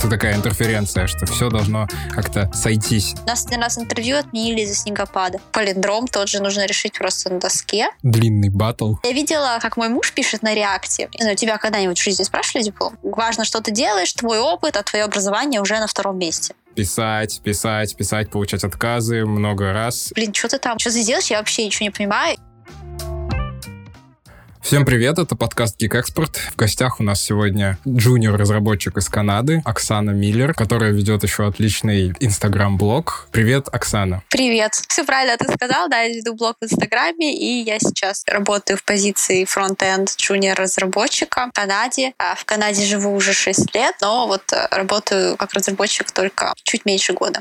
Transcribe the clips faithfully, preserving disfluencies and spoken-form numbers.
что такая интерференция, что все должно как-то сойтись. У нас один раз интервью отменили из-за снегопада. Палиндром тот же нужно решить просто на доске. Длинный баттл. Я видела, как мой муж пишет на реакте. Не знаю, тебя когда-нибудь в жизни спрашивали диплом? Важно, что ты делаешь, твой опыт, а твое образование уже на втором месте. Писать, писать, писать, получать отказы много раз. Блин, что ты там? Что ты делаешь? Я вообще ничего не понимаю. Всем привет, это подкаст Geek Expert. В гостях у нас сегодня джуниор-разработчик из Канады Оксана Миллер, которая ведет еще отличный инстаграм-блог. Привет, Оксана. Привет. Все правильно ты сказал, да, я веду блог в Инстаграме, и я сейчас работаю в позиции фронт-энд джуниор-разработчика в Канаде. А в Канаде живу уже шесть лет, но вот работаю как разработчик только чуть меньше года.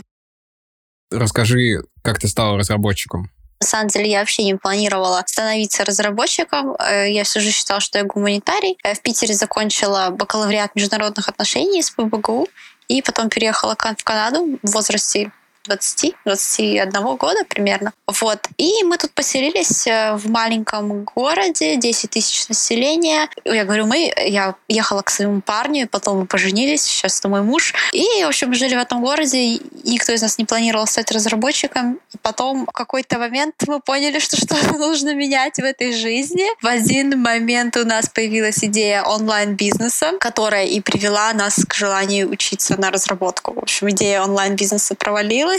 Расскажи, как ты стала разработчиком? На самом деле, я вообще не планировала становиться разработчиком. Я все же считала, что я гуманитарий. Я в Питере закончила бакалавриат международных отношений с ПБГУ и потом переехала в Канаду в возрасте двадцати-двадцати одного года примерно. Вот. И мы тут поселились в маленьком городе, десять тысяч населения. Я говорю, мы, я ехала к своему парню, потом мы поженились, сейчас это мой муж. И, в общем, жили в этом городе, и никто из нас не планировал стать разработчиком. И потом в какой-то момент мы поняли, что что-то нужно менять в этой жизни. В один момент у нас появилась идея онлайн-бизнеса, которая и привела нас к желанию учиться на разработку. В общем, идея онлайн-бизнеса провалилась,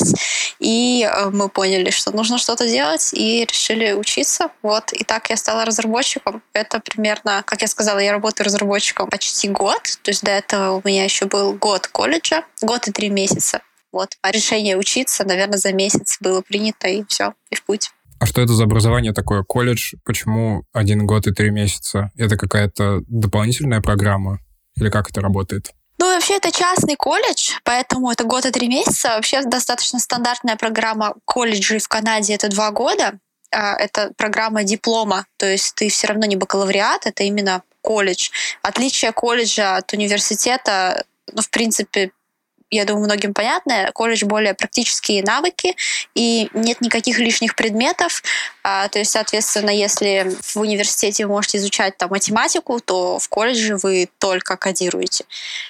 и мы поняли, что нужно что-то делать, и решили учиться. Вот. И так я стала разработчиком. Это примерно, как я сказала, я работаю разработчиком почти год. То есть до этого у меня еще был год колледжа, год и три месяца. Вот. А решение учиться, наверное, за месяц было принято, и все, и в путь. А что это за образование такое? Колледж? Почему один год и три месяца? Это какая-то дополнительная программа? Или как это работает? Ну, вообще, это частный колледж, поэтому это год и три месяца. Вообще, достаточно стандартная программа колледжей в Канаде — это два года. Это программа диплома, то есть ты все равно не бакалавриат, это именно колледж. Отличие колледжа от университета, ну, в принципе, я думаю, многим понятно. Колледж более практические навыки, и нет никаких лишних предметов. А, то есть, соответственно, если в университете вы можете изучать там математику, то в колледже вы только кодируете.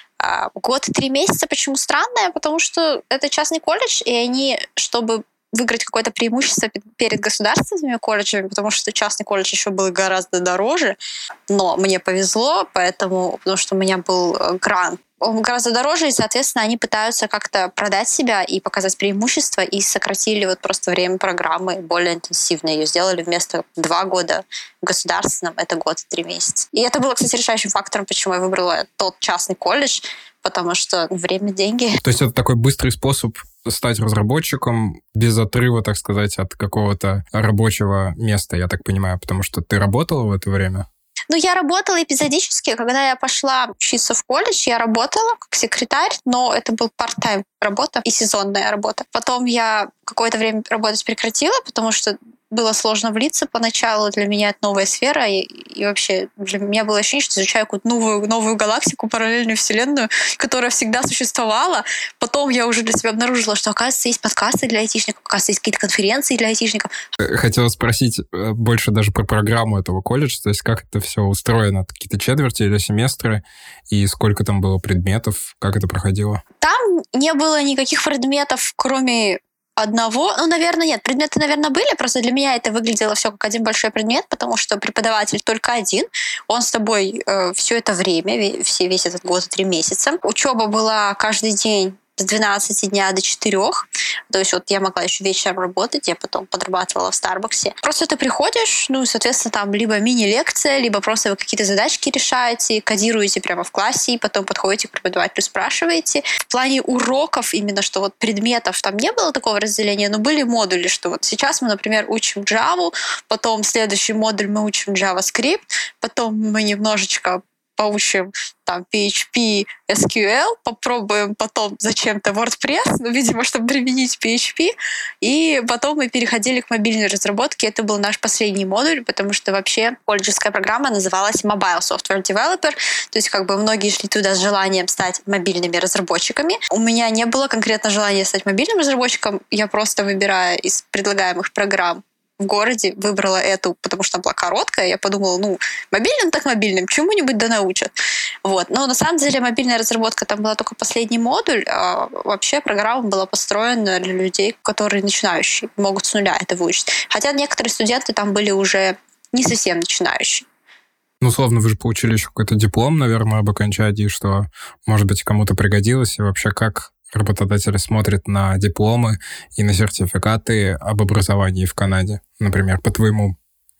А, год и три месяца. Почему странное? Потому что это частный колледж, и они, чтобы выиграть какое-то преимущество перед государственными колледжами, потому что частный колледж еще был гораздо дороже, но мне повезло, поэтому, потому что у меня был грант. Он гораздо дороже, и, соответственно, они пытаются как-то продать себя и показать преимущества, и сократили вот просто время программы более интенсивно. Ее сделали вместо два года в государственном, это год и три месяца. И это было, кстати, решающим фактором, почему я выбрала тот частный колледж, потому что время — деньги. То есть это такой быстрый способ стать разработчиком без отрыва, так сказать, от какого-то рабочего места, я так понимаю, потому что ты работала в это время? Ну, я работала эпизодически. Когда я пошла учиться в колледж, я работала как секретарь, но это был part-time работа и сезонная работа. Потом я какое-то время работать прекратила, потому что было сложно влиться поначалу. Для меня это новая сфера, и, и вообще для меня было ощущение, что изучаю какую-то новую, новую галактику, параллельную вселенную, которая всегда существовала. Потом я уже для себя обнаружила, что, оказывается, есть подкасты для айтишников, оказывается, есть какие-то конференции для айтишников. Хотела спросить больше даже про программу этого колледжа, то есть как это все устроено, какие-то четверти или семестры, и сколько там было предметов, как это проходило? Там не было никаких предметов, кроме одного. Ну, наверное, нет. Предметы, наверное, были. Просто для меня это выглядело все как один большой предмет, потому что преподаватель только один. Он с тобой э, все это время, все, весь этот год и три месяца. Учеба была каждый день с двенадцати дня до четырёх. То есть вот я могла еще вечером работать, я потом подрабатывала в Старбаксе. Просто ты приходишь, ну, соответственно, там либо мини-лекция, либо просто вы какие-то задачки решаете, кодируете прямо в классе, и потом подходите к преподавателю, спрашиваете. В плане уроков именно, что вот предметов там не было такого разделения, но были модули, что вот сейчас мы, например, учим Java, потом следующий модуль мы учим JavaScript, потом мы немножечко поучим там пи эйч пи, эс кью эль, попробуем потом зачем-то WordPress, ну, видимо, чтобы применить пи эйч пи, и потом мы переходили к мобильной разработке. Это был наш последний модуль, потому что вообще колледжская программа называлась Mobile Software Developer, то есть как бы многие шли туда с желанием стать мобильными разработчиками. У меня не было конкретно желания стать мобильным разработчиком, я просто, выбирая из предлагаемых программ в городе, выбрала эту, потому что она была короткая. Я подумала, ну, мобильным так мобильным, чему-нибудь да научат. Вот. Но на самом деле мобильная разработка там была только последний модуль, а вообще программа была построена для людей, которые начинающие, могут с нуля это выучить. Хотя некоторые студенты там были уже не совсем начинающие. Ну, условно, вы же получили еще какой-то диплом, наверное, об окончании, что, может быть, кому-то пригодилось, и вообще как работодатели смотрят на дипломы и на сертификаты об образовании в Канаде, например, по твоему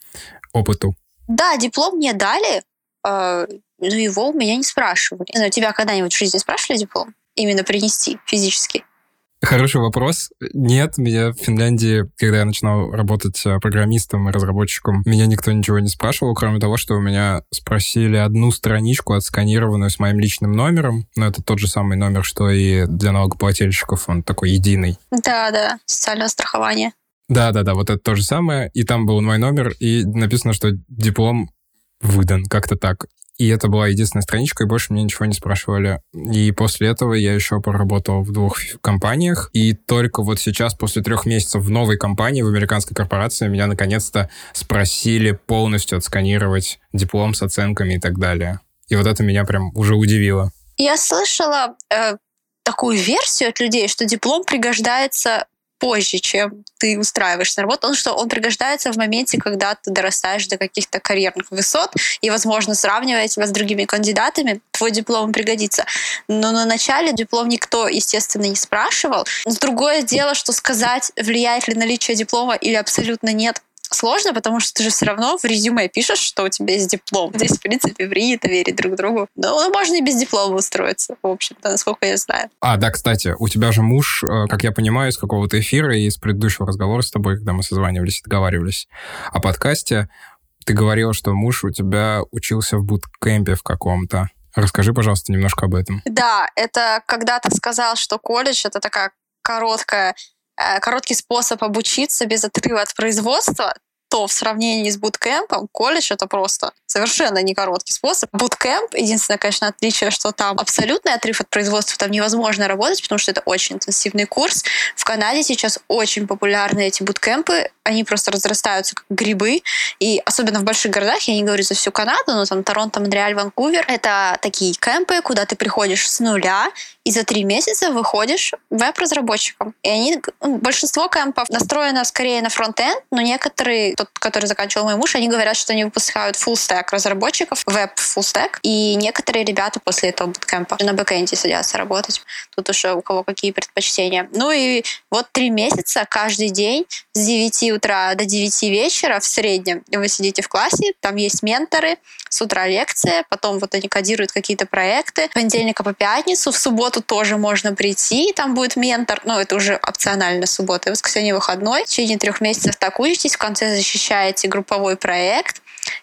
опыту? Да, диплом мне дали, но его у меня не спрашивали. Не знаю, тебя когда-нибудь в жизни спрашивали диплом? Именно принести физически? Хороший вопрос. Нет, меня в Финляндии, когда я начинал работать программистом и разработчиком, меня никто ничего не спрашивал, кроме того, что у меня спросили одну страничку, отсканированную с моим личным номером. Но это тот же самый номер, что и для налогоплательщиков, он такой единый. Да-да, социальное страхование. Да-да-да, вот это то же самое. И там был мой номер, и написано, что диплом выдан, как-то так. И это была единственная страничка, и больше меня ничего не спрашивали. И после этого я еще поработал в двух компаниях, и только вот сейчас, после трех месяцев в новой компании, в американской корпорации, меня наконец-то спросили полностью отсканировать диплом с оценками и так далее. И вот это меня прям уже удивило. Я слышала э, такую версию от людей, что диплом пригождается позже, чем ты устраиваешься на работу, потому что он пригождается в моменте, когда ты дорастаешь до каких-то карьерных высот, и, возможно, сравнивая тебя с другими кандидатами, твой диплом пригодится. Но на начале диплом никто, естественно, не спрашивал. Но другое дело, что сказать, влияет ли наличие диплома или абсолютно нет, сложно, потому что ты же все равно в резюме пишешь, что у тебя есть диплом. Здесь, в принципе, принято верить друг другу. Но ну, можно и без диплома устроиться, в общем-то, насколько я знаю. А, да, кстати, у тебя же муж, как я понимаю, из какого-то эфира и из предыдущего разговора с тобой, когда мы созванивались и договаривались о подкасте, ты говорила, что муж у тебя учился в буткемпе в каком-то. Расскажи, пожалуйста, немножко об этом. Да, это когда ты сказал, что колледж — это такая короткая короткий способ обучиться без отрыва от производства, то в сравнении с буткемпом колледж — это просто совершенно не короткий способ. Буткемп, единственное, конечно, отличие, что там абсолютный отрыв от производства, там невозможно работать, потому что это очень интенсивный курс. В Канаде сейчас очень популярны эти буткемпы, они просто разрастаются как грибы, и особенно в больших городах, я не говорю за всю Канаду, но там Торонто, Монреаль, Ванкувер, это такие кемпы, куда ты приходишь с нуля, и за три месяца выходишь веб-разработчиком. И они, большинство кемпов настроено скорее на фронт-энд, но некоторые, тот, который заканчивал мой муж, они говорят, что они выпускают full-stack разработчиков, веб-full-stack, и некоторые ребята после этого буткемпа на бэкэнде садятся работать. Тут уже у кого какие предпочтения. Ну и вот три месяца каждый день с девяти утра до девяти вечера в среднем вы сидите в классе, там есть менторы, с утра лекция, потом вот они кодируют какие-то проекты. С понедельника по пятницу, в субботу тоже можно прийти, там будет ментор, но это уже опционально суббота и воскресенье выходной. В течение трех месяцев так учитесь, в конце защищаете групповой проект.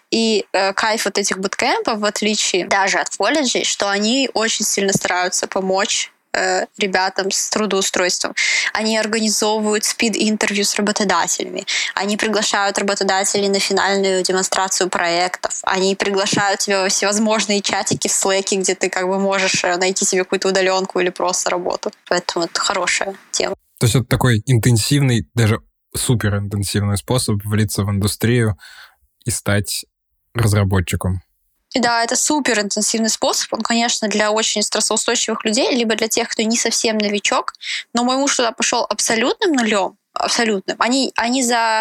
И э, кайф вот этих буткемпов, в отличие даже от колледжей, что они очень сильно стараются помочь э, ребятам с трудоустройством. Они организовывают спид-интервью с работодателями. Они приглашают работодателей на финальную демонстрацию проектов. Они приглашают тебя во всевозможные чатики в Slack, где ты как бы можешь найти себе какую-то удаленку или просто работу. Поэтому это хорошая тема. То есть это такой интенсивный, даже суперинтенсивный способ влиться в индустрию и стать разработчиком. Да, это супер интенсивный способ. Он, конечно, для очень стрессоустойчивых людей, либо для тех, кто не совсем новичок. Но мой муж туда пошел абсолютным нулем, абсолютным. Они, они за,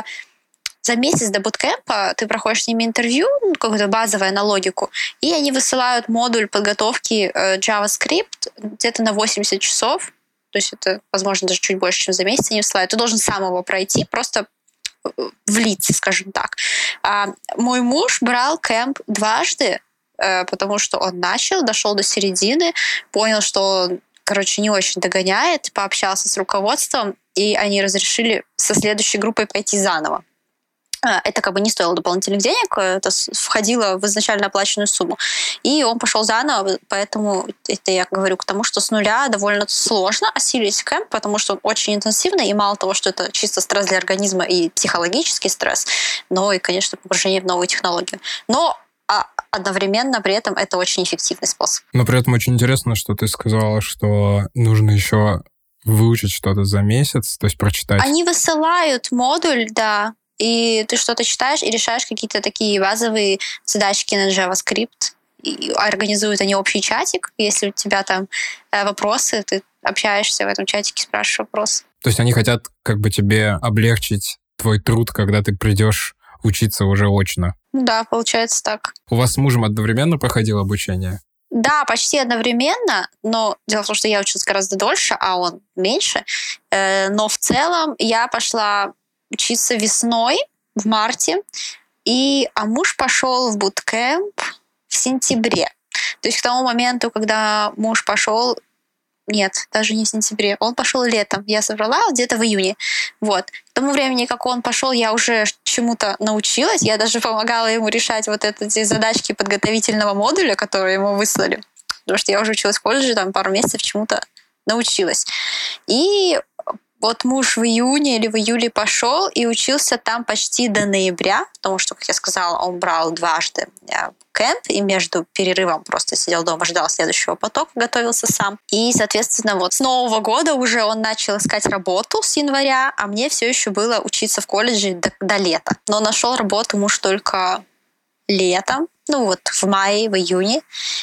за месяц до буткемпа, ты проходишь с ними интервью, ну, какое-то базовое на логику, и они высылают модуль подготовки э, JavaScript где-то на восемьдесят часов. То есть это, возможно, даже чуть больше, чем за месяц они высылают. Ты должен сам его пройти, просто влиться, скажем так. А мой муж брал кэмп дважды, потому что он начал, дошел до середины, понял, что он, короче, не очень догоняет, пообщался с руководством, и они разрешили со следующей группой пойти заново. Это как бы не стоило дополнительных денег, это входило в изначально оплаченную сумму. И он пошел заново, поэтому это я говорю к тому, что с нуля довольно сложно осилить кэмп, потому что он очень интенсивный, и мало того, что это чисто стресс для организма и психологический стресс, но и, конечно, погружение в новую технологию. Но а одновременно при этом это очень эффективный способ. Но при этом очень интересно, что ты сказала, что нужно еще выучить что-то за месяц, то есть прочитать. Они высылают модуль, да, и ты что-то читаешь и решаешь какие-то такие базовые задачки на JavaScript и организуют они общий чатик. Если у тебя там вопросы, ты общаешься в этом чатике, спрашиваешь вопросы. То есть они хотят как бы тебе облегчить твой труд, когда ты придешь учиться уже очно? Да, получается так. У вас с мужем одновременно проходило обучение? Да, почти одновременно, но дело в том, что я училась гораздо дольше, а он меньше. Но в целом я пошла учиться весной, в марте, и, а муж пошел в буткэмп в сентябре. То есть к тому моменту, когда муж пошел, нет, даже не в сентябре, он пошел летом, я соврала, где-то в июне. Вот. К тому времени, как он пошел, я уже чему-то научилась, я даже помогала ему решать вот эти задачки подготовительного модуля, которые ему выслали, потому что я уже училась в колледже, там пару месяцев чему-то научилась. И вот муж в июне или в июле пошел и учился там почти до ноября, потому что, как я сказала, он брал дважды кэмп и между перерывом просто сидел дома, ждал следующего потока, готовился сам. И, соответственно, вот с Нового года уже он начал искать работу с января, а мне все еще было учиться в колледже до, до лета. Но нашел работу муж только летом, ну вот в мае, в июне.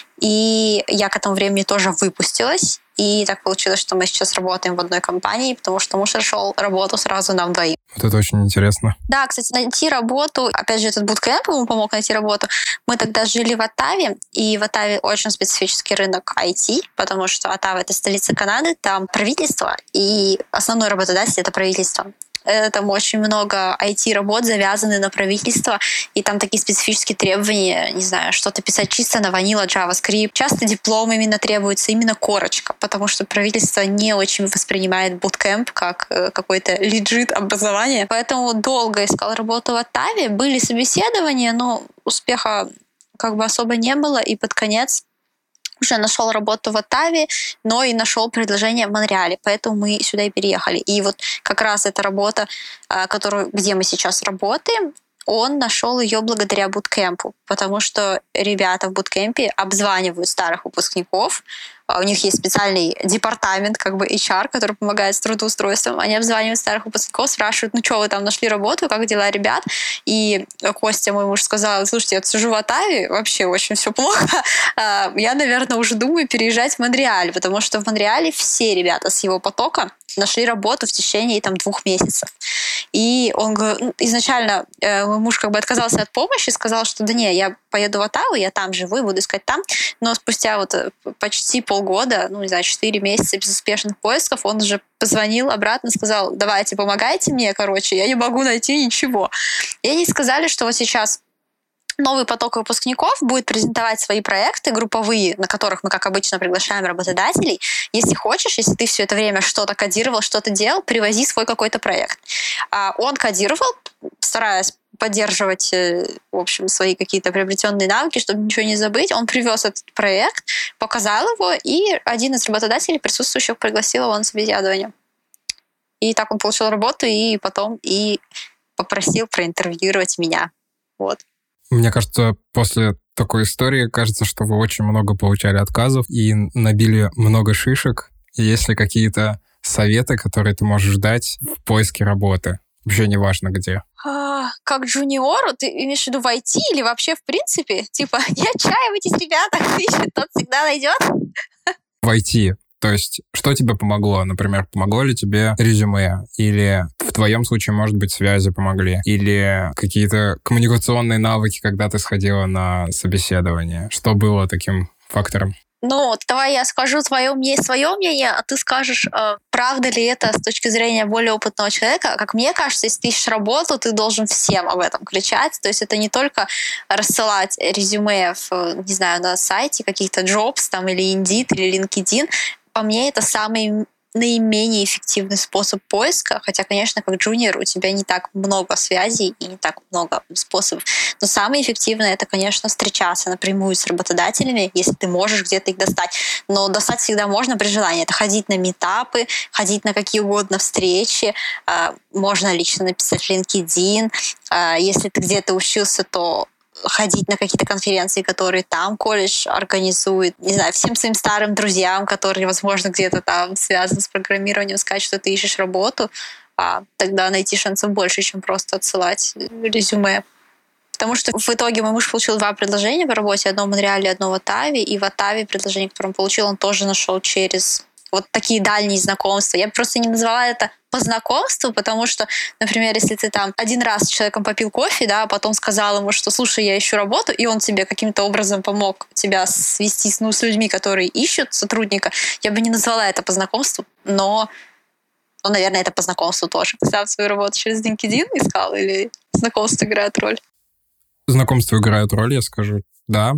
И я к этому времени тоже выпустилась. И так получилось, что мы сейчас работаем в одной компании, потому что муж нашел работу сразу нам двоим. Вот это очень интересно. Да, кстати, найти работу, опять же, этот буткэмп ему помог найти работу. Мы тогда жили в Оттаве, и в Оттаве очень специфический рынок ай ти, потому что Оттава — это столица Канады, там правительство, и основной работодатель — это правительство. Там очень много ай ти-работ завязаны на правительство, и там такие специфические требования, не знаю, что-то писать чисто на ванила, JavaScript. Часто диплом именно требуется, именно корочка, потому что правительство не очень воспринимает буткэмп как какое-то легит образование. Поэтому долго искал работу в Оттаве, были собеседования, но успеха как бы особо не было, и под конец уже нашел работу в Оттаве, но и нашел предложение в Монреале, поэтому мы сюда и переехали. И вот как раз эта работа, которую, где мы сейчас работаем, он нашел ее благодаря буткэмпу, потому что ребята в буткэмпе обзванивают старых выпускников, у них есть специальный департамент, как бы эйч ар, который помогает с трудоустройством. Они обзванивают старых выпускников, спрашивают, ну что, вы там нашли работу, как дела, ребят? И Костя, мой муж, сказал, слушайте, я сижу в Оттаве, вообще очень все плохо. Я, наверное, уже думаю переезжать в Монреаль, потому что в Монреале все ребята с его потока нашли работу в течение там двух месяцев. И он изначально, мой муж как бы отказался от помощи, сказал, что да не, я поеду в Оттаву, я там живу и буду искать там. Но спустя вот почти полгода, ну, не знаю, четыре месяца безуспешных поисков, он уже позвонил обратно, сказал, давайте, помогайте мне, короче, я не могу найти ничего. И они сказали, что вот сейчас новый поток выпускников будет презентовать свои проекты групповые, на которых мы, как обычно, приглашаем работодателей. Если хочешь, если ты все это время что-то кодировал, что-то делал, привози свой какой-то проект. А он кодировал, стараясь поддерживать, в общем, свои какие-то приобретенные навыки, чтобы ничего не забыть. Он привез этот проект, показал его, и один из работодателей, присутствующих, пригласил его на собеседование. И так он получил работу, и потом и попросил проинтервьюировать меня. Вот. Мне кажется, после такой истории, кажется, что вы очень много получали отказов и набили много шишек. И есть ли какие-то советы, которые ты можешь дать в поиске работы? Вообще неважно где. А, как джуниору? Ты имеешь в виду в ай ти или вообще в принципе? Типа, я отчаивайтесь, ребята, кто ищет, тот всегда найдет. В ай ти. То есть, что тебе помогло? Например, помогло ли тебе резюме? Или в твоем случае, может быть, связи помогли? Или какие-то коммуникационные навыки, когда ты сходила на собеседование? Что было таким фактором? Ну, давай я скажу твое мнение, свое мнение, а ты скажешь, э, правда ли это с точки зрения более опытного человека. Как мне кажется, если ты ищешь работу, ты должен всем об этом кричать. То есть это не только рассылать резюме в, не знаю, на сайте каких-то Jobs там, или Indeed, или LinkedIn. По мне, это самый наименее эффективный способ поиска, хотя, конечно, как джуниор у тебя не так много связей и не так много способов. Но самое эффективное — это, конечно, встречаться напрямую с работодателями, если ты можешь где-то их достать. Но достать всегда можно при желании. Это ходить на митапы, ходить на какие угодно встречи, можно лично написать в LinkedIn. Если ты где-то учился, то ходить на какие-то конференции, которые там колледж организует, не знаю, всем своим старым друзьям, которые, возможно, где-то там связаны с программированием, сказать, что ты ищешь работу, а тогда найти шансов больше, чем просто отсылать резюме. Потому что в итоге мой муж получил два предложения по работе, одно в Монреале, одно в Оттаве, и в Оттаве предложение, которое он получил, он тоже нашел через вот такие дальние знакомства. Я просто не назвала это по знакомству, потому что, например, если ты там один раз с человеком попил кофе, да, а потом сказал ему, что, слушай, я ищу работу, и он тебе каким-то образом помог тебя свести ну, с людьми, которые ищут сотрудника, я бы не назвала это по знакомству, но, ну, наверное, это по знакомству тоже. Ты сам свою работу через LinkedIn искал или знакомство играет роль? Знакомства играют роль, я скажу, да.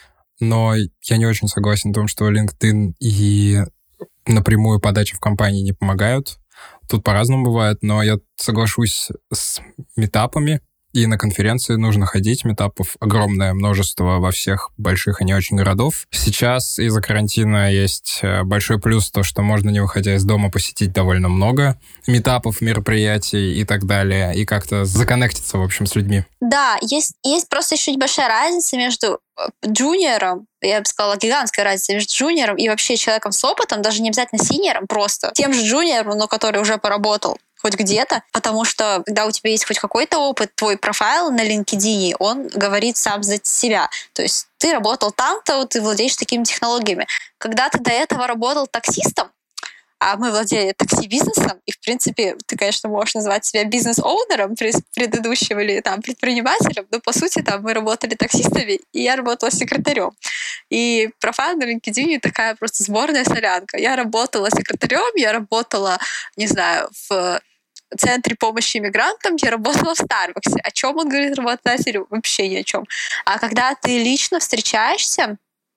Но я не очень согласен в том, что LinkedIn и напрямую подача в компании не помогают. Тут по-разному бывает, но я соглашусь с митапами, и на конференции нужно ходить. Митапов огромное множество во всех больших и не очень городов. Сейчас из-за карантина есть большой плюс то, что можно, не выходя из дома, посетить довольно много митапов, мероприятий и так далее, и как-то законнектиться, в общем, с людьми. Да, есть, есть просто еще небольшая разница между джуниором, я бы сказала, гигантская разница между джуниором и вообще человеком с опытом, даже не обязательно синьором, просто тем же джуниором, но который уже поработал хоть где-то, потому что когда у тебя есть хоть какой-то опыт, твой профайл на LinkedIn, он говорит сам за себя. То есть ты работал там-то, ты владеешь такими технологиями. Когда ты до этого работал таксистом, а мы владели такси-бизнесом, и, в принципе, ты, конечно, можешь назвать себя бизнес-оунером предыдущего или там предпринимателем, но, по сути, там мы работали таксистами, и я работала секретарем. И профайл на LinkedIn такая просто сборная солянка. Я работала секретарем, я работала, не знаю, в центре помощи иммигрантам, я работала в Старбаксе. О чем он говорит работодателю? Вообще ни о чем. А когда ты лично встречаешься,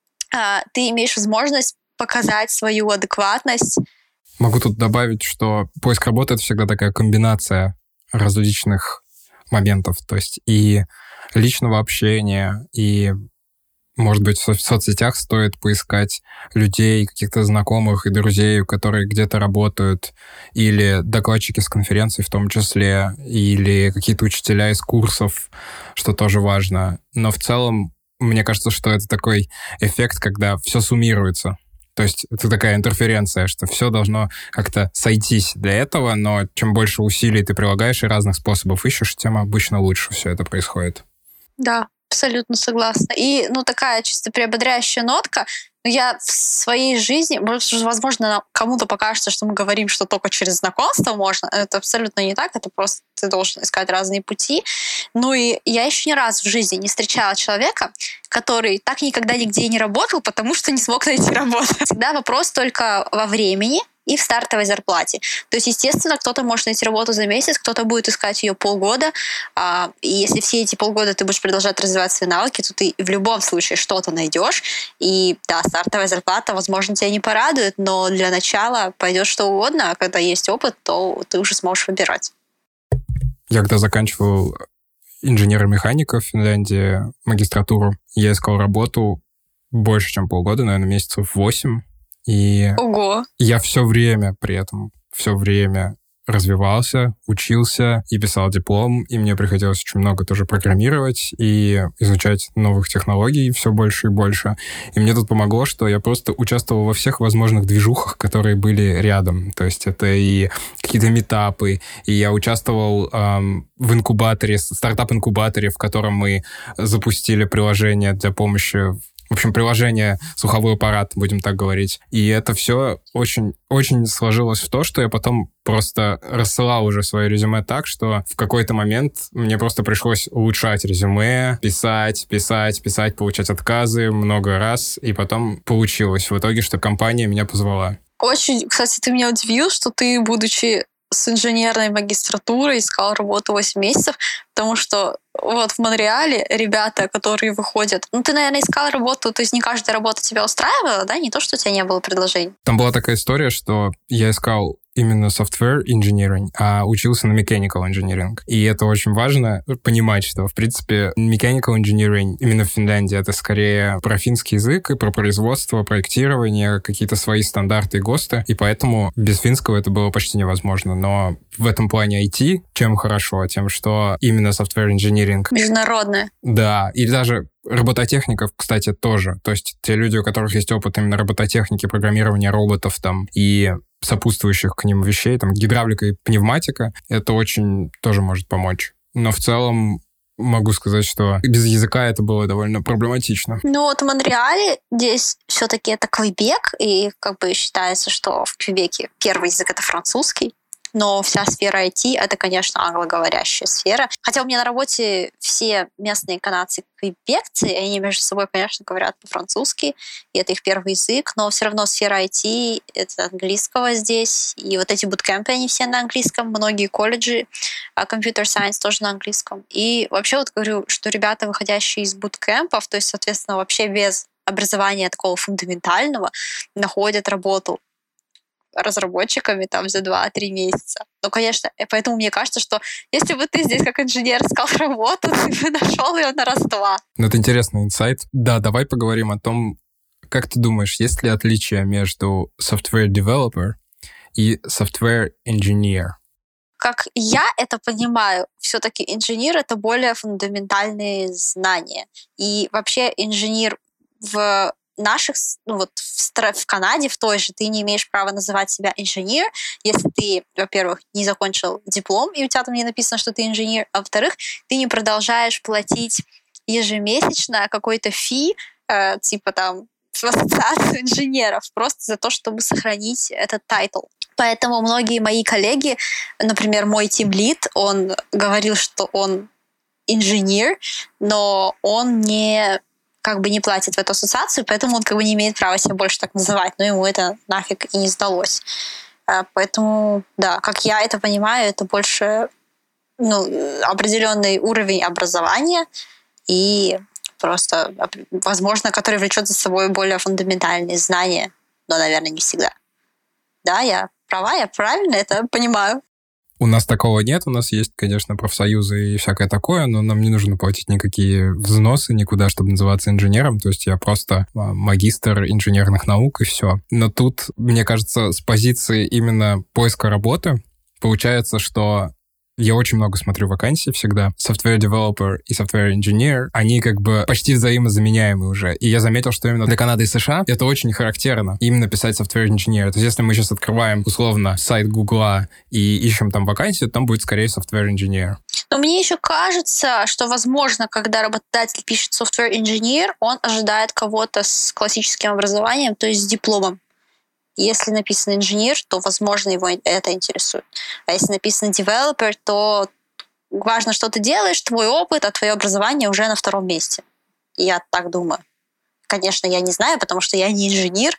ты имеешь возможность показать свою адекватность. Могу тут добавить, что поиск работы — это всегда такая комбинация различных моментов, то есть и личного общения, и, может быть, в соцсетях стоит поискать людей, каких-то знакомых и друзей, которые где-то работают, или докладчики с конференций в том числе, или какие-то учителя из курсов, что тоже важно. Но в целом, мне кажется, что это такой эффект, когда все суммируется. То есть это такая интерференция, что все должно как-то сойтись для этого, но чем больше усилий ты прилагаешь и разных способов ищешь, тем обычно лучше все это происходит. Да, абсолютно согласна. И, ну, такая чисто приободряющая нотка. Но я в своей жизни, возможно, кому-то покажется, что мы говорим, что только через знакомство можно. Это абсолютно не так. Это просто ты должен искать разные пути. Ну и я еще ни разу в жизни не встречала человека, который так никогда нигде не работал, потому что не смог найти работу. Всегда вопрос только во времени и в стартовой зарплате. То есть, естественно, кто-то может найти работу за месяц, кто-то будет искать ее полгода. И если все эти полгода ты будешь продолжать развивать свои навыки, то ты в любом случае что-то найдешь. И да, стартовая зарплата, возможно, тебя не порадует, но для начала пойдет что угодно, а когда есть опыт, то ты уже сможешь выбирать. Я когда заканчивал инженера-механика в Финляндии, магистратуру, я искал работу больше, чем полгода, наверное, месяцев восемь. И Ого. Я все время при этом, все время развивался, учился и писал диплом, и мне приходилось очень много тоже программировать и изучать новых технологий все больше и больше. И мне тут помогло, что я просто участвовал во всех возможных движухах, которые были рядом. То есть это и какие-то митапы, и я участвовал эм, в инкубаторе, стартап-инкубаторе, в котором мы запустили приложение для помощи. В общем, приложение «Слуховой аппарат», будем так говорить. И это все очень, очень сложилось в то, что я потом просто рассылал уже свое резюме так, что в какой-то момент мне просто пришлось улучшать резюме, писать, писать, писать, получать отказы много раз, и потом получилось в итоге, что компания меня позвала. Очень, кстати, ты меня удивил, что ты, будучи с инженерной магистратурой, искал работу восемь месяцев, потому что вот в Монреале ребята, которые выходят... Ну, ты, наверное, искал работу, то есть не каждая работа тебя устраивала, да? Не то, что у тебя не было предложений. Там была такая история, что я искал именно software engineering, а учился на mechanical engineering. И это очень важно понимать, что, в принципе, mechanical engineering именно в Финляндии это скорее про финский язык и про производство, проектирование, какие-то свои стандарты и ГОСТы. И поэтому без финского это было почти невозможно. Но в этом плане ай ти чем хорошо? Тем, что именно software engineering... Международное. Да, и даже робототехников, кстати, тоже. То есть те люди, у которых есть опыт именно робототехники, программирования роботов там и сопутствующих к ним вещей, там гидравлика и пневматика, это очень тоже может помочь. Но в целом могу сказать, что без языка это было довольно проблематично. Ну вот в Монреале здесь все-таки это Квебек, и как бы считается, что в Квебеке первый язык это французский. Но вся сфера ай ти — это, конечно, англоговорящая сфера. Хотя у меня на работе все местные канадцы квебекцы, и они между собой, конечно, говорят по-французски, и это их первый язык, но все равно сфера ай ти — это английского здесь. И вот эти буткемпы, они все на английском, многие колледжи, компьютер сайенс тоже на английском. И вообще вот говорю, что ребята, выходящие из буткемпов, то есть, соответственно, вообще без образования такого фундаментального, находят работу разработчиками там за два-три месяца. Ну, конечно, и поэтому мне кажется, что если бы ты здесь как инженер искал работу, ты бы нашел ее на раз-два. Ну, это интересный инсайт. Да, давай поговорим о том, как ты думаешь, есть ли отличие между software developer и software engineer? Как я это понимаю, все-таки инженер — это более фундаментальные знания. И вообще инженер в наших, ну вот в, стра- в Канаде, в той же, ты не имеешь права называть себя инженер, если ты, во-первых, не закончил диплом, и у тебя там не написано, что ты инженер, а во-вторых, ты не продолжаешь платить ежемесячно какой-то фи, э, типа там, в ассоциацию инженеров, просто за то, чтобы сохранить этот тайтл. Поэтому многие мои коллеги, например, мой тимлид, он говорил, что он инженер, но он не как бы не платит в эту ассоциацию, поэтому он как бы не имеет права себя больше так называть, но ему это нафиг и не сдалось. Поэтому, да, как я это понимаю, это больше ну, определенный уровень образования и просто, возможно, который влечет за собой более фундаментальные знания, но, наверное, не всегда. Да, я права, я правильно это понимаю. У нас такого нет, у нас есть, конечно, профсоюзы и всякое такое, но нам не нужно платить никакие взносы никуда, чтобы называться инженером, то есть я просто магистр инженерных наук и все. Но тут, мне кажется, с позиции именно поиска работы получается, что я очень много смотрю вакансий всегда. Software developer и software engineer, они как бы почти взаимозаменяемы уже. И я заметил, что именно для Канады и США это очень характерно. Именно писать software engineer. То есть если мы сейчас открываем, условно, сайт Гугла и ищем там вакансию, там будет скорее software engineer. Но мне еще кажется, что, возможно, когда работодатель пишет software engineer, он ожидает кого-то с классическим образованием, то есть с дипломом. Если написано инженер, то, возможно, его это интересует. А если написано developer, то важно, что ты делаешь, твой опыт, а твое образование уже на втором месте. Я так думаю. Конечно, я не знаю, потому что я не инженер.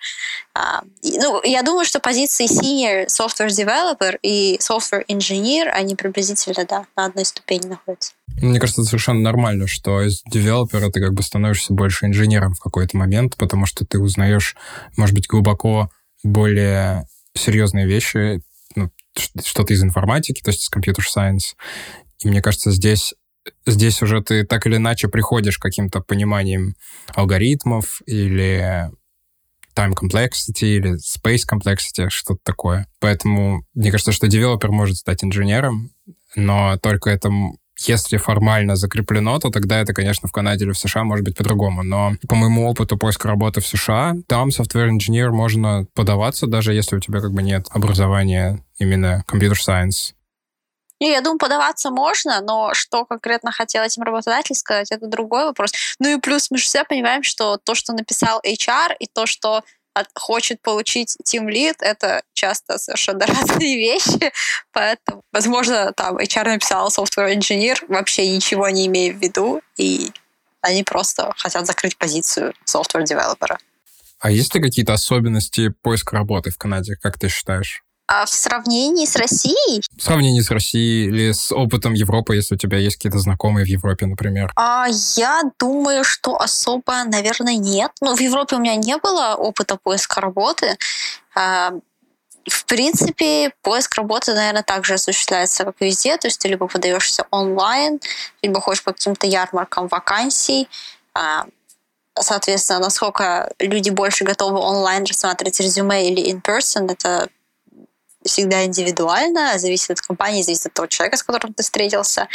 Ну, я думаю, что позиции senior software developer и software engineer, они приблизительно, да, на одной ступени находятся. Мне кажется, это совершенно нормально, что из девелопера ты как бы становишься больше инженером в какой-то момент, потому что ты узнаешь, может быть, глубоко более серьезные вещи, ну, что-то из информатики, то есть из компьютер сайенс. И мне кажется, здесь, здесь уже ты так или иначе приходишь к каким-то пониманием алгоритмов или time complexity или space complexity, что-то такое. Поэтому мне кажется, что девелопер может стать инженером, но только это... Если формально закреплено, то тогда это, конечно, в Канаде или в США может быть по-другому. Но по моему опыту поиска работы в США, там software engineer можно подаваться, даже если у тебя как бы нет образования именно computer science. Не, я думаю, подаваться можно, но что конкретно хотел этим работодатель сказать, это другой вопрос. Ну и плюс мы же все понимаем, что то, что написал эйч ар, и то, что хочет получить тимлид, это часто совершенно разные вещи, поэтому, возможно, там эйч ар написал software engineer, вообще ничего не имея в виду, и они просто хотят закрыть позицию software developer. А есть ли какие-то особенности поиска работы в Канаде, как ты считаешь? А в сравнении с Россией? В сравнении с Россией или с опытом Европы, если у тебя есть какие-то знакомые в Европе, например? А я думаю, что особо, наверное, нет. Ну, в Европе у меня не было опыта поиска работы. А, в принципе, поиск работы, наверное, также осуществляется, как везде. То есть ты либо подаешься онлайн, либо ходишь по каким-то ярмаркам вакансий. А, соответственно, насколько люди больше готовы онлайн рассматривать резюме или in-person, это всегда индивидуально, зависит от компании, зависит от того человека, с которым ты встретился.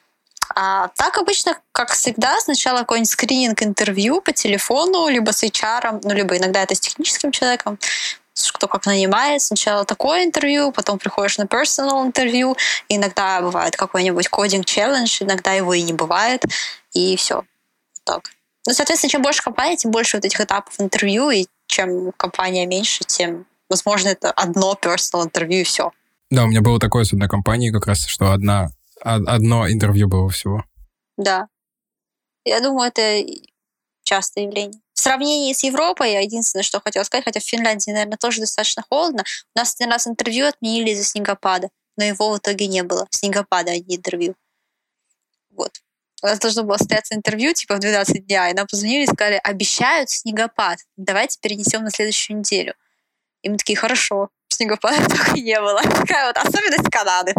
А так обычно, как всегда, сначала какой-нибудь скрининг, интервью по телефону, либо с эйч ар, ну, либо иногда это с техническим человеком. кто как нанимает. Сначала такое интервью, потом приходишь на personal интервью. Иногда бывает какой-нибудь кодинг-челлендж, иногда его и не бывает. И все. Так. Ну, соответственно, чем больше компания, тем больше вот этих этапов интервью, и чем компания меньше, тем, возможно, это одно personal интервью и все. Да, у меня было такое с одной компанией как раз, что одна, одно интервью было всего. Да. Я думаю, это частое явление. В сравнении с Европой, я единственное, что хотела сказать, хотя в Финляндии, наверное, тоже достаточно холодно, у нас один раз интервью отменили из-за снегопада, но его в итоге не было. Снегопада, а не интервью. Вот. У нас должно было состояться интервью типа в двенадцать дня, и нам позвонили и сказали, обещают снегопад, давайте перенесем на следующую неделю. И мы такие, хорошо, снегопада так и не было. Такая вот особенность Канады.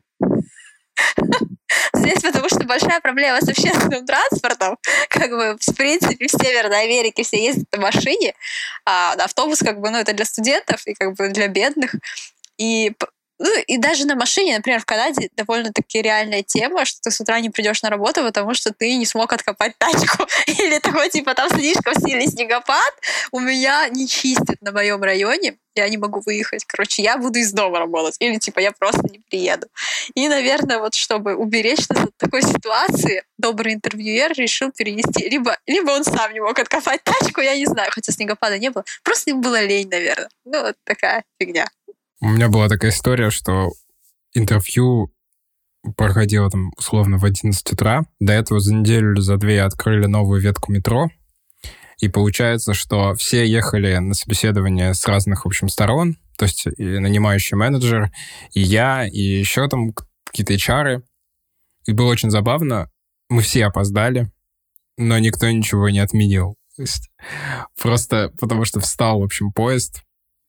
Здесь потому что большая проблема с общественным транспортом. Как бы, в принципе, в Северной Америке все ездят на машине, а автобус, как бы, ну, это для студентов и как бы для бедных. И Ну, и даже на машине, например, в Канаде довольно-таки реальная тема, что ты с утра не придешь на работу, потому что ты не смог откопать тачку. Или такой, типа, там слишком сильный снегопад, у меня не чистят на моем районе, я не могу выехать. Короче, я буду из дома работать. Или, типа, я просто не приеду. И, наверное, вот чтобы уберечься от такой ситуации, добрый интервьюер решил перенести. Либо, либо он сам не мог откопать тачку, я не знаю, хотя снегопада не было. Просто им было лень, наверное. Ну, вот такая фигня. У меня была такая история, что интервью проходило там условно в одиннадцать утра. До этого за неделю или за две открыли новую ветку метро. И получается, что все ехали на собеседование с разных, в общем, сторон. То есть и нанимающий менеджер, и я, и еще там какие-то эйч ар. И было очень забавно. Мы все опоздали, но никто ничего не отменил. То есть просто потому что встал, в общем, поезд,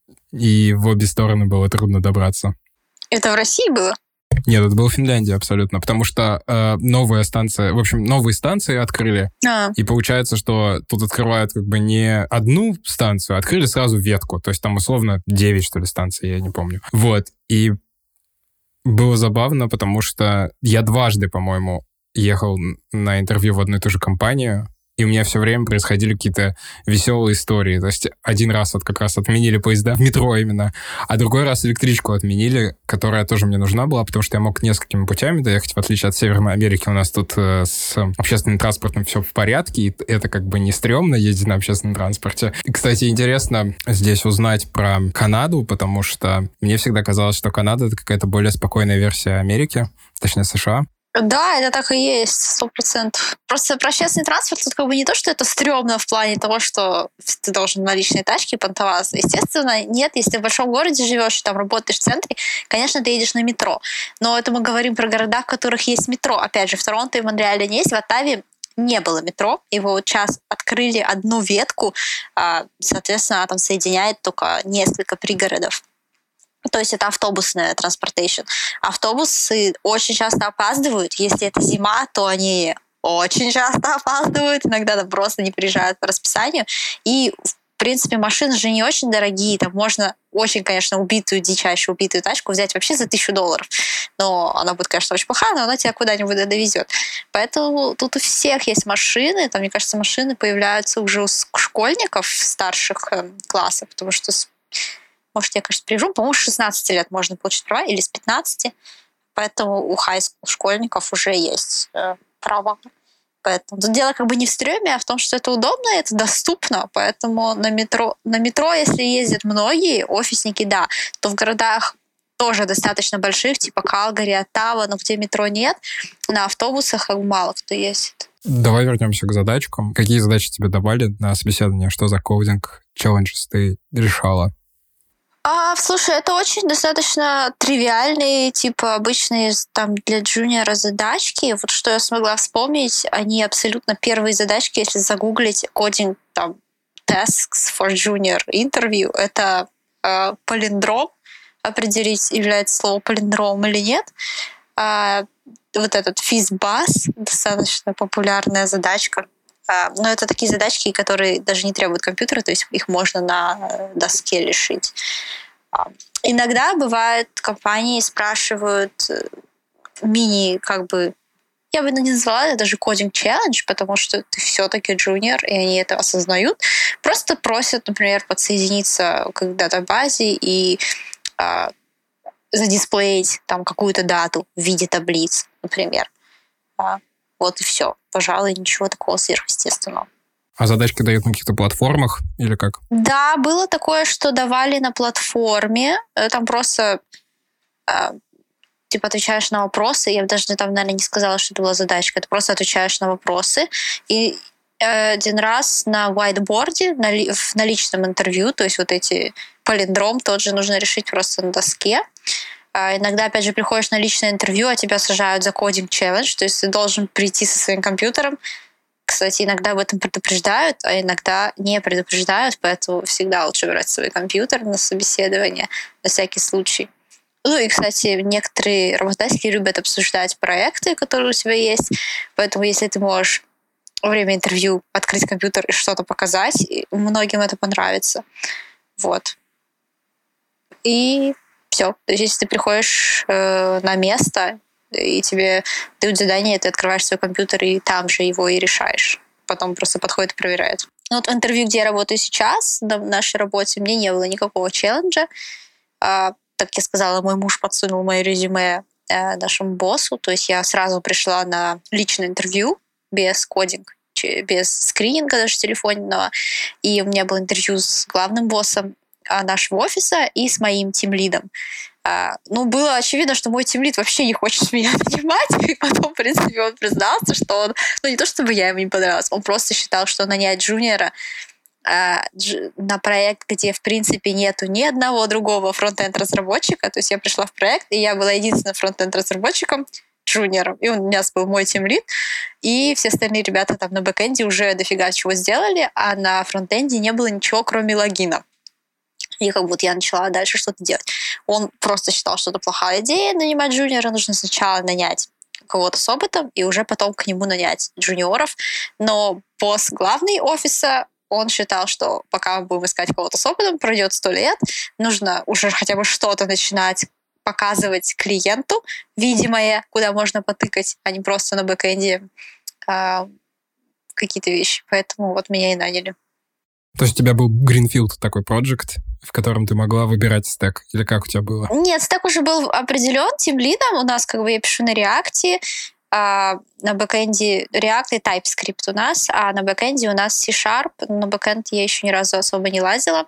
и в обе стороны было трудно добраться. Это в России было? Нет, это было в Финляндии абсолютно, потому что э, новая станция, в общем, новые станции открыли, а. и получается, что тут открывают как бы не одну станцию, а открыли сразу ветку, то есть там условно девять, что ли, станций, я не помню. Вот, и было забавно, потому что я дважды, по-моему, ехал на интервью в одну и ту же компанию, и у меня все время происходили какие-то веселые истории. То есть один раз вот как раз отменили поезда в метро именно, а другой раз электричку отменили, которая тоже мне нужна была, потому что я мог несколькими путями доехать, в отличие от Северной Америки. У нас тут э, с общественным транспортом все в порядке, и это как бы не стрёмно ездить на общественном транспорте. И, кстати, интересно здесь узнать про Канаду, потому что мне всегда казалось, что Канада — это какая-то более спокойная версия Америки, точнее США. Да, это так и есть, сто процентов. Просто про общественный транспорт тут как бы не то, что это стрёмно в плане того, что ты должен на личной тачке понтоваться. Естественно, нет, если в большом городе живешь и там работаешь в центре, конечно, ты едешь на метро. Но это мы говорим про города, в которых есть метро. Опять же, в Торонто и в Монреале не есть, в Оттаве не было метро. Его вот сейчас открыли одну ветку, соответственно, она там соединяет только несколько пригородов. То есть это автобусная транспортейшн. Автобусы очень часто опаздывают. Если это зима, то они очень часто опаздывают. Иногда там просто не приезжают по расписанию. И, в принципе, машины же не очень дорогие. Там можно очень, конечно, убитую, дичайшую убитую тачку взять вообще за тысячу долларов. Но она будет, конечно, очень плохая, но она тебя куда-нибудь довезет. Поэтому тут у всех есть машины. Там, мне кажется, машины появляются уже у школьников старших классов, потому что может, я, конечно, привяжу. По-моему, с шестнадцати лет можно получить права, или с пятнадцати. Поэтому у хай-скул школьников уже есть э, права. Поэтому тут дело как бы не в стрёме, а в том, что это удобно, это доступно. Поэтому на метро, на метро, если ездят многие офисники, да, то в городах тоже достаточно больших, типа Калгари, Оттава, но где метро нет, на автобусах как бы мало кто ездит. Давай вернемся к задачкам. Какие задачи тебе давали на собеседование? Что за кодинг, челленджес ты решала? А, слушай, это очень достаточно тривиальные, типа обычные там для джуниора задачки. Вот что я смогла вспомнить, они абсолютно первые задачки, если загуглить кодинг там tasks for junior interview, это э, палиндром, определить, является слово палиндромом или нет. А, вот этот FizzBuzz, достаточно популярная задачка. Но это такие задачки, которые даже не требуют компьютера, то есть их можно на доске решить. Иногда бывает, компании спрашивают мини, как бы, я бы не назвала это даже кодинг челлендж, потому что ты все-таки джуниор, и они это осознают. просто просят, например, подсоединиться к датабазе и а, задисплеить там какую-то дату в виде таблиц, например. А, вот и все. Пожалуй, ничего такого сверхъестественного. А задачки дают на каких-то платформах или как? Да, было такое, что давали на платформе. Там просто а, типа отвечаешь на вопросы. Я даже там, наверное, не сказала, что это была задачка. Ты просто отвечаешь на вопросы. И один раз на whiteboard, на, ли, на личном интервью, то есть вот эти палиндром тот же нужно решить просто на доске. А иногда, опять же, приходишь на личное интервью, а тебя сажают за кодинг челлендж, то есть ты должен прийти со своим компьютером. Кстати, иногда об этом предупреждают, а иногда не предупреждают, поэтому всегда лучше брать свой компьютер на собеседование на всякий случай. Ну и, кстати, некоторые работодатели любят обсуждать проекты, которые у тебя есть, поэтому если ты можешь во время интервью открыть компьютер и что-то показать, многим это понравится. Вот. И все. То есть если ты приходишь э, на место, и тебе дают задание, ты открываешь свой компьютер и там же его и решаешь. Потом просто подходит и проверяет. Ну, вот в интервью, где я работаю сейчас, на нашей работе, мне не было никакого челленджа. А, как я сказала, мой муж подсунул мое резюме э, нашему боссу, то есть я сразу пришла на личное интервью без кодинга, без скрининга даже телефонного. И у меня было интервью с главным боссом нашего офиса и с моим тимлидом. А, ну, было очевидно, что мой тимлид вообще не хочет меня нанимать, и потом, в принципе, он признался, что он, ну, не то чтобы я ему не понравилась, он просто считал, что нанять джуниора а, дж, на проект, где, в принципе, нету ни одного другого фронт-энд-разработчика, то есть я пришла в проект, и я была единственным фронт-энд-разработчиком, джуниором, и у меня был мой тимлид, и все остальные ребята там на бэкэнде уже дофига чего сделали, а на фронтенде не было ничего, кроме логина. И как будто я начала дальше что-то делать. Он просто считал, что это плохая идея нанимать джуниора. Нужно сначала нанять кого-то с опытом и уже потом к нему нанять джуниоров. Но босс главный офиса, он считал, что пока мы будем искать кого-то с опытом, пройдет сто лет, нужно уже хотя бы что-то начинать показывать клиенту, видимое, куда можно потыкать, а не просто на бэкэнде а, какие-то вещи. Поэтому вот меня и наняли. То есть у тебя был Greenfield такой проект, в котором ты могла выбирать стек? Или как у тебя было? Нет, стек уже был определен тимлидом. У нас как бы я пишу на React, а на бэкэнде React и TypeScript у нас, а на бэкэнде у нас C-Sharp. На бэкэнд я еще ни разу особо не лазила.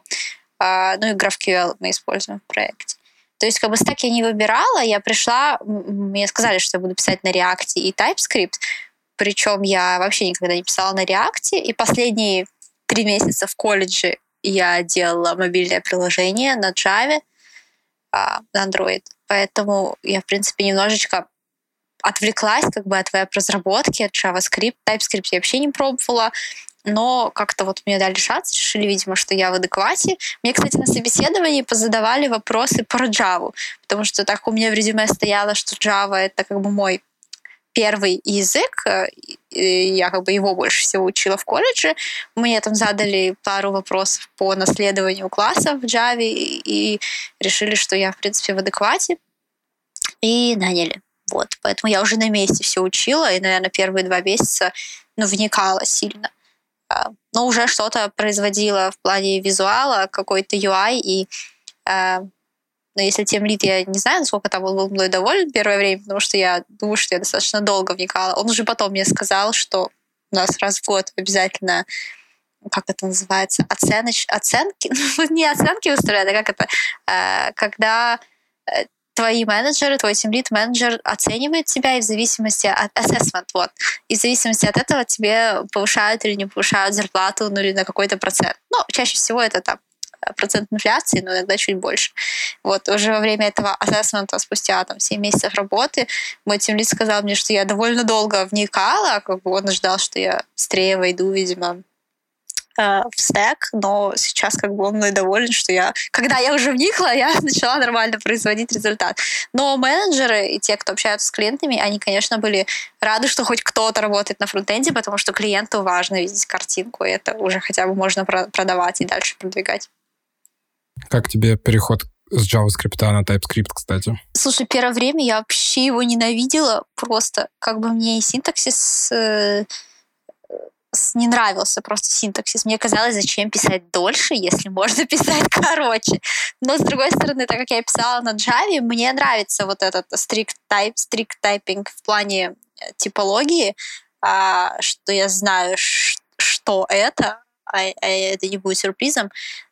А, ну и GraphQL мы используем в проекте. То есть как бы стек я не выбирала, я пришла, мне сказали, что я буду писать на React и TypeScript, причем я вообще никогда не писала на React, и последние три месяца в колледже я делала мобильное приложение на Java, на Android. Поэтому я, в принципе, немножечко отвлеклась как бы от веб-разработки, от JavaScript. TypeScript я вообще не пробовала, но как-то вот мне дали шанс, решили, видимо, что я в адеквате. Мне, кстати, на собеседовании позадавали вопросы про Java, потому что так у меня в резюме стояло, что Java — это как бы мой первый язык, я как бы его больше всего учила в колледже. Мне там задали пару вопросов по наследованию классов в Java и решили, что я, в принципе, в адеквате, и наняли. Вот. Поэтому я уже на месте все учила, и, наверное, первые два месяца ну, вникала сильно. Но уже что-то производила в плане визуала, какой-то ю ай, и но если тимлид, я не знаю, насколько там он был мной доволен первое время, потому что я думаю, что я достаточно долго вникала. Он уже потом мне сказал, что у нас раз в год обязательно, как это называется, оценоч... оценки, ну, не оценки выставляют, а как это, когда твои менеджеры, твой тимлид-менеджер оценивает тебя, и в зависимости от assessment, вот, и в зависимости от этого тебе повышают или не повышают зарплату, ну или на какой-то процент. Ну, чаще всего это там процент инфляции, но иногда чуть больше. Вот, уже во время этого ассессмента, спустя там семь месяцев работы, мой тимлид сказал мне, что я довольно долго вникала, как бы он ждал, что я быстрее войду, видимо, в стек, но сейчас как бы он мной доволен, что я, когда я уже вникла, я начала нормально производить результат. Но менеджеры и те, кто общаются с клиентами, они, конечно, были рады, что хоть кто-то работает на фронтенде, потому что клиенту важно видеть картинку, и это уже хотя бы можно продавать и дальше продвигать. Как тебе переход с JavaScript на TypeScript, кстати? Слушай, первое время я вообще его ненавидела, просто как бы мне и синтаксис э, не нравился просто синтаксис. Мне казалось, зачем писать дольше, если можно писать короче. Но, с другой стороны, так как я писала на Java, мне нравится вот этот strict type, strict typing в плане типологии, что я знаю, что это, а это не будет сюрпризом.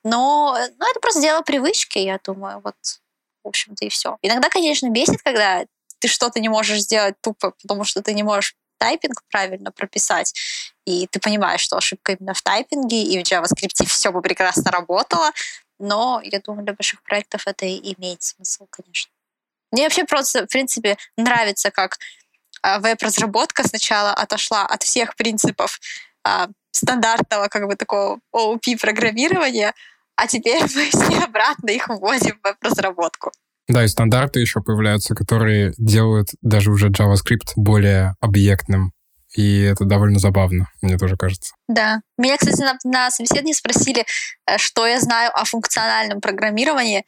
Но ну, это просто дело привычки, я думаю. Вот, в общем-то, и все. Иногда, конечно, бесит, когда ты что-то не можешь сделать тупо, потому что ты не можешь тайпинг правильно прописать, и ты понимаешь, что ошибка именно в тайпинге, и в JavaScript все бы прекрасно работало, но я думаю, для больших проектов это и имеет смысл, конечно. Мне вообще просто, в принципе, нравится, как веб-разработка сначала отошла от всех принципов а, стандартного как бы такого о о пи-программирования, а теперь мы все обратно их вводим в веб-разработку. Да, и стандарты еще появляются, которые делают даже уже JavaScript более объектным. И это довольно забавно, мне тоже кажется. Да. Меня, кстати, на, на собеседовании спросили, что я знаю о функциональном программировании.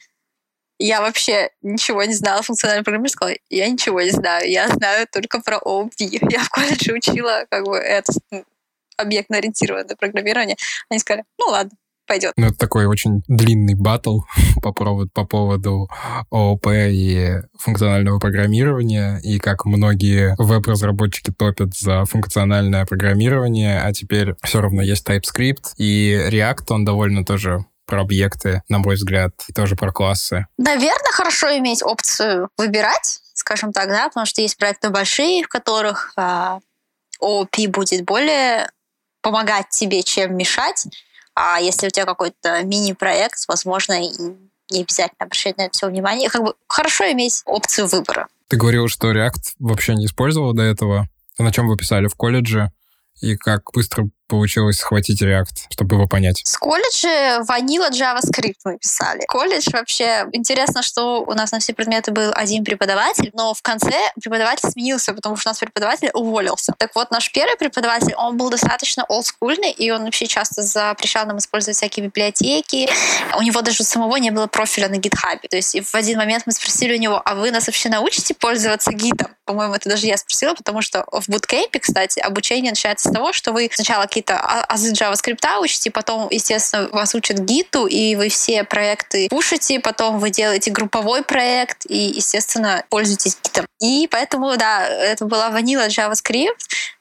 Я вообще ничего не знала о функциональном программировании. Сказала, я ничего не знаю, я знаю только про о о пи. Я в колледже учила как бы это объектно-ориентированное программирование. Они сказали, ну ладно, пойдет. Ну, это такой очень длинный баттл по поводу, по поводу о о пи и функционального программирования, и как многие веб-разработчики топят за функциональное программирование, а теперь все равно есть TypeScript, и React, он довольно тоже про объекты, на мой взгляд, и тоже про классы. Наверное, хорошо иметь опцию выбирать, скажем так, да, потому что есть проекты большие, в которых а, о о пи будет более помогать тебе, чем мешать. А если у тебя какой-то мини-проект, возможно, и не обязательно обращать на это все внимание. Как бы хорошо иметь опцию выбора. Ты говорила, что React вообще не использовала до этого. На чем вы писали в колледже? И как быстро получилось схватить React, чтобы его понять? С колледжа ванила JavaScript мы писали. Колледж вообще... Интересно, что у нас на все предметы был один преподаватель, но в конце преподаватель сменился, потому что у нас преподаватель уволился. Так вот, наш первый преподаватель, он был достаточно олдскульный, и он вообще часто запрещал нам использовать всякие библиотеки. У него даже у самого не было профиля на GitHub. То есть в один момент мы спросили у него, а вы нас вообще научите пользоваться гитом? По-моему, это даже я спросила, потому что в буткемпе, кстати, обучение начинается с того, что вы сначала какие-то азы JavaScript учите, потом, естественно, вас учат гиту, и вы все проекты пушите, потом вы делаете групповой проект, и, естественно, пользуетесь гитом. И поэтому, да, это была ванила JavaScript.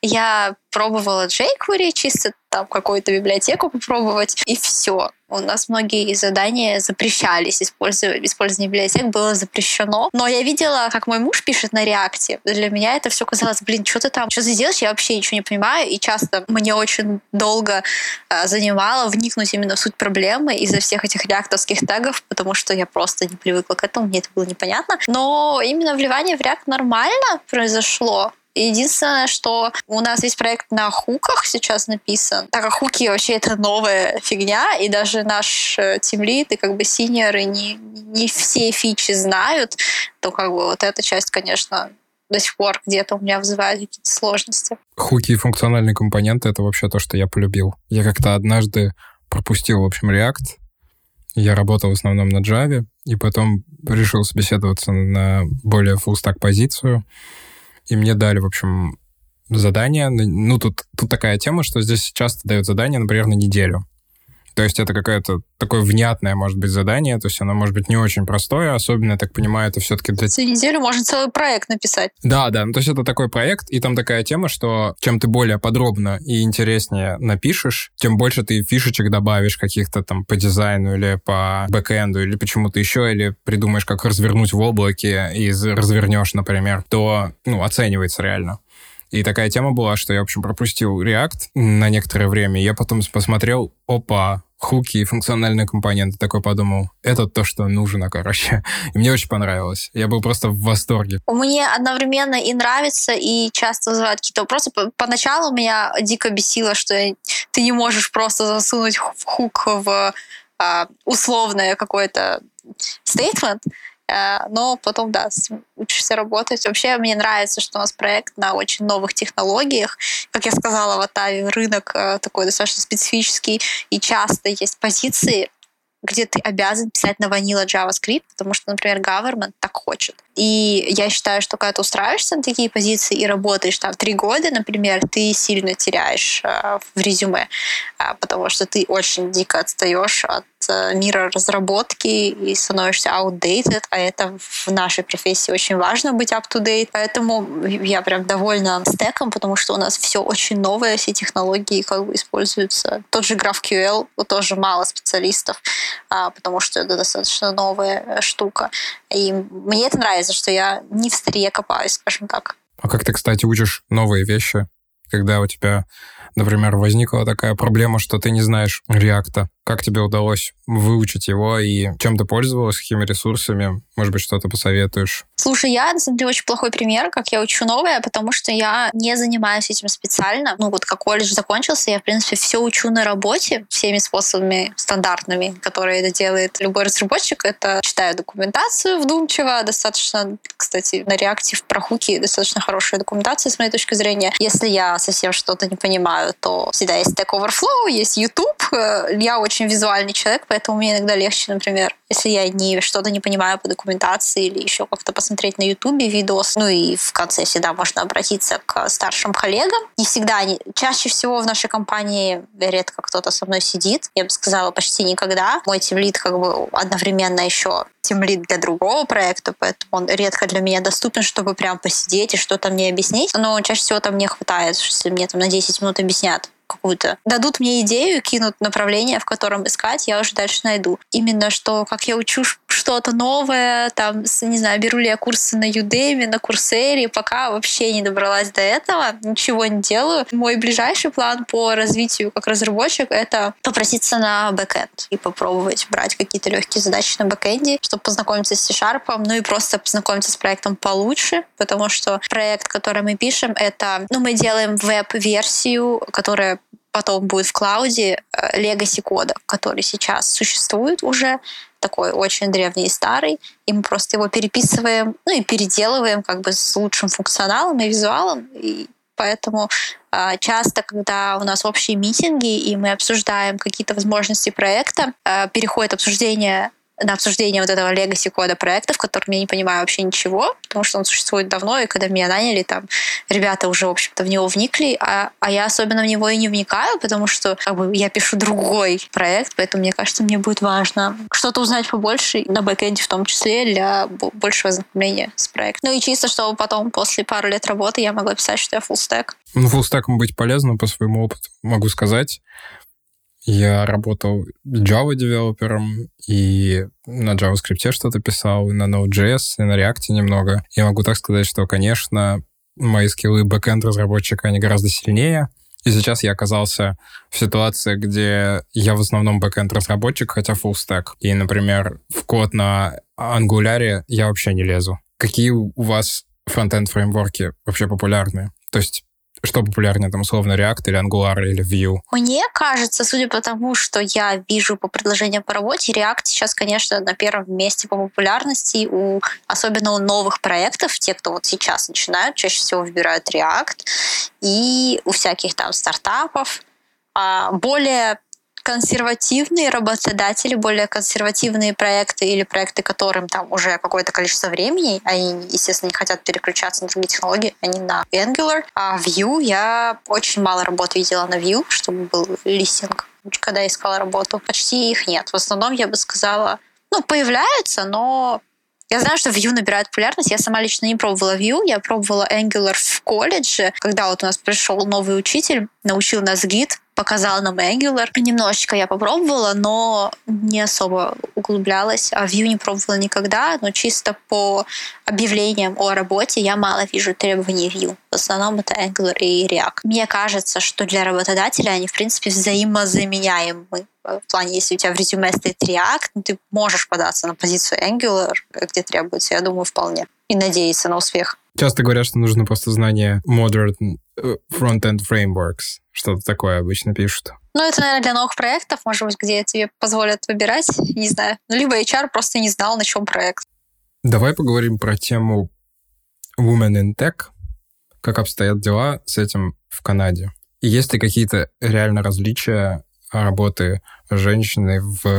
Я пробовала jQuery, чисто там какую-то библиотеку попробовать, и все. У нас многие задания запрещались, использование, использование библиотек было запрещено. Но я видела, как мой муж пишет на React. Для меня это все казалось, блин, что ты там, что ты делаешь, я вообще ничего не понимаю. И часто мне очень долго э, занимало вникнуть именно в суть проблемы из-за всех этих реактовских тегов, потому что я просто не привыкла к этому, мне это было непонятно. Но именно вливание в React нормально произошло. Единственное, что у нас есть проект на хуках сейчас написан, так как хуки вообще это новая фигня, и даже наш тимлид и как бы синьоры не, не все фичи знают, то как бы вот эта часть, конечно, до сих пор где-то у меня вызывает какие-то сложности. Хуки и функциональные компоненты — это вообще то, что я полюбил. Я как-то однажды пропустил, в общем, React. Я работал в основном на Java, и потом решил собеседоваться на более full-stack позицию. И мне дали, в общем, задание. Ну, тут, тут такая тема, что здесь часто дают задание, например, на неделю. То есть это какое-то такое внятное, может быть, задание, то есть оно может быть не очень простое, особенно, я так понимаю, это все-таки... Для... За неделю можно целый проект написать. Да, да, ну, то есть это такой проект, и там такая тема, что чем ты более подробно и интереснее напишешь, тем больше ты фишечек добавишь каких-то там по дизайну или по бэкэнду, или почему-то еще, или придумаешь, как развернуть в облаке и развернешь, например, то, ну, оценивается реально. И такая тема была, что я, в общем, пропустил React на некоторое время. Я потом посмотрел, опа, хуки и функциональные компоненты. Такой подумал, это то, что нужно, короче. И мне очень понравилось. Я был просто в восторге. Мне одновременно и нравится, и часто вызывают какие-то вопросы. Поначалу меня дико бесило, что ты не можешь просто засунуть хук в а, условное какое-то statement. Но потом, да, учишься работать. Вообще, мне нравится, что у нас проект на очень новых технологиях. Как я сказала, в Оттаве рынок такой достаточно специфический, и часто есть позиции, где ты обязан писать на ванила JavaScript, потому что, например, government так хочет. И я считаю, что когда ты устраиваешься на такие позиции и работаешь там три года, например, ты сильно теряешь э, в резюме, э, потому что ты очень дико отстаешь от э, мира разработки и становишься outdated, а это в нашей профессии очень важно быть up-to-date. Поэтому я прям довольна стеком, потому что у нас все очень новое, все технологии как бы используются. Тот же GraphQL, тоже мало специалистов, э, потому что это достаточно новая штука. И мне это нравится, что я не в старье копаюсь, скажем так. А как ты, кстати, учишь новые вещи, когда у тебя, например, возникла такая проблема, что ты не знаешь React? Как тебе удалось выучить его и чем ты пользовалась, какими ресурсами? Может быть, что-то посоветуешь? Слушай, я, на самом деле, очень плохой пример, как я учу новое, потому что я не занимаюсь этим специально. Ну, вот как колледж закончился, я, в принципе, все учу на работе всеми способами стандартными, которые это делает любой разработчик. Это читаю документацию вдумчиво, достаточно, кстати, на React в прохуке достаточно хорошая документация, с моей точки зрения. Если я совсем что-то не понимаю, то всегда есть Stack Overflow, есть YouTube. Я очень очень визуальный человек, поэтому мне иногда легче, например, если я не, что-то не понимаю по документации или еще как-то посмотреть на Ютубе видос. Ну и в конце всегда можно обратиться к старшим коллегам. Не всегда, они, чаще всего в нашей компании редко кто-то со мной сидит. Я бы сказала, почти никогда. Мой тимлид как бы одновременно еще тимлид для другого проекта, поэтому он редко для меня доступен, чтобы прям посидеть и что-то мне объяснить. Но чаще всего там не хватает, если мне там на десять минут объяснят какую-то. Дадут мне идею, кинут направление, в котором искать, я уже дальше найду. Именно что, как я учу что-то новое, там, не знаю, беру ли я курсы на Udemy, на Coursera, пока вообще не добралась до этого, ничего не делаю. Мой ближайший план по развитию как разработчик — это попроситься на бэкэнд и попробовать брать какие-то легкие задачи на бэкэнде, чтобы познакомиться с C-Sharp, ну и просто познакомиться с проектом получше, потому что проект, который мы пишем, это, ну, мы делаем веб-версию, которая потом будет в клауде legacy кода, который сейчас существует уже, такой очень древний и старый, и мы просто его переписываем, ну и переделываем как бы с лучшим функционалом и визуалом, и поэтому э, часто, когда у нас общие митинги, и мы обсуждаем какие-то возможности проекта, э, переходит обсуждение на обсуждение вот этого legacy кода проекта, в котором я не понимаю вообще ничего, потому что он существует давно, и когда меня наняли, там ребята уже, в общем-то, в него вникли, а, а я особенно в него и не вникаю, потому что как бы, я пишу другой проект, поэтому, мне кажется, мне будет важно что-то узнать побольше, на бэкэнде в том числе, для большего знакомления с проектом. Ну и чисто, чтобы потом, после пары лет работы, я могла писать, что я фуллстек. Ну, фуллстеком быть полезно по своему опыту, могу сказать. Я работал Java-девелопером и на JavaScript что-то писал, и на Node.js, и на React немного. Я могу так сказать, что, конечно, мои скиллы бэкэнд-разработчика, они гораздо сильнее. И сейчас я оказался в ситуации, где я в основном бэкэнд-разработчик, хотя full-stack. И, например, в код на Angular я вообще не лезу. Какие у вас фронтенд-фреймворки вообще популярные? То есть что популярнее, там, условно, React или Angular или Vue? Мне кажется, судя по тому, что я вижу по предложениям по работе, React сейчас, конечно, на первом месте по популярности, у, особенно у новых проектов. Те, кто вот сейчас начинают, чаще всего выбирают React. И у всяких там стартапов более консервативные работодатели, более консервативные проекты или проекты, которым там уже какое-то количество времени, они, естественно, не хотят переключаться на другие технологии, они на Angular. А Vue, я очень мало работы видела на Vue, чтобы был листинг. Когда я искала работу, почти их нет. В основном, я бы сказала, ну, появляются, но я знаю, что Vue набирает популярность. Я сама лично не пробовала Vue, я пробовала Angular в колледже, когда вот у нас пришел новый учитель, научил нас гид, показал нам Angular. Немножечко я попробовала, но не особо углублялась. А Vue не пробовала никогда, но чисто по объявлениям о работе я мало вижу требований Vue. В основном это Angular и React. Мне кажется, что для работодателя они, в принципе, взаимозаменяемы. В плане, если у тебя в резюме стоит React, ну, ты можешь податься на позицию Angular, где требуется, я думаю, вполне. И надеяться на успех. Часто говорят, что нужно просто знание modern front-end frameworks. Что-то такое обычно пишут. Ну, это, наверное, для новых проектов, может быть, где тебе позволят выбирать, не знаю. Ну, либо эйч ар просто не знал, на чем проект. Давай поговорим про тему Women in Tech. Как обстоят дела с этим в Канаде? И есть ли какие-то реально различия работы женщины в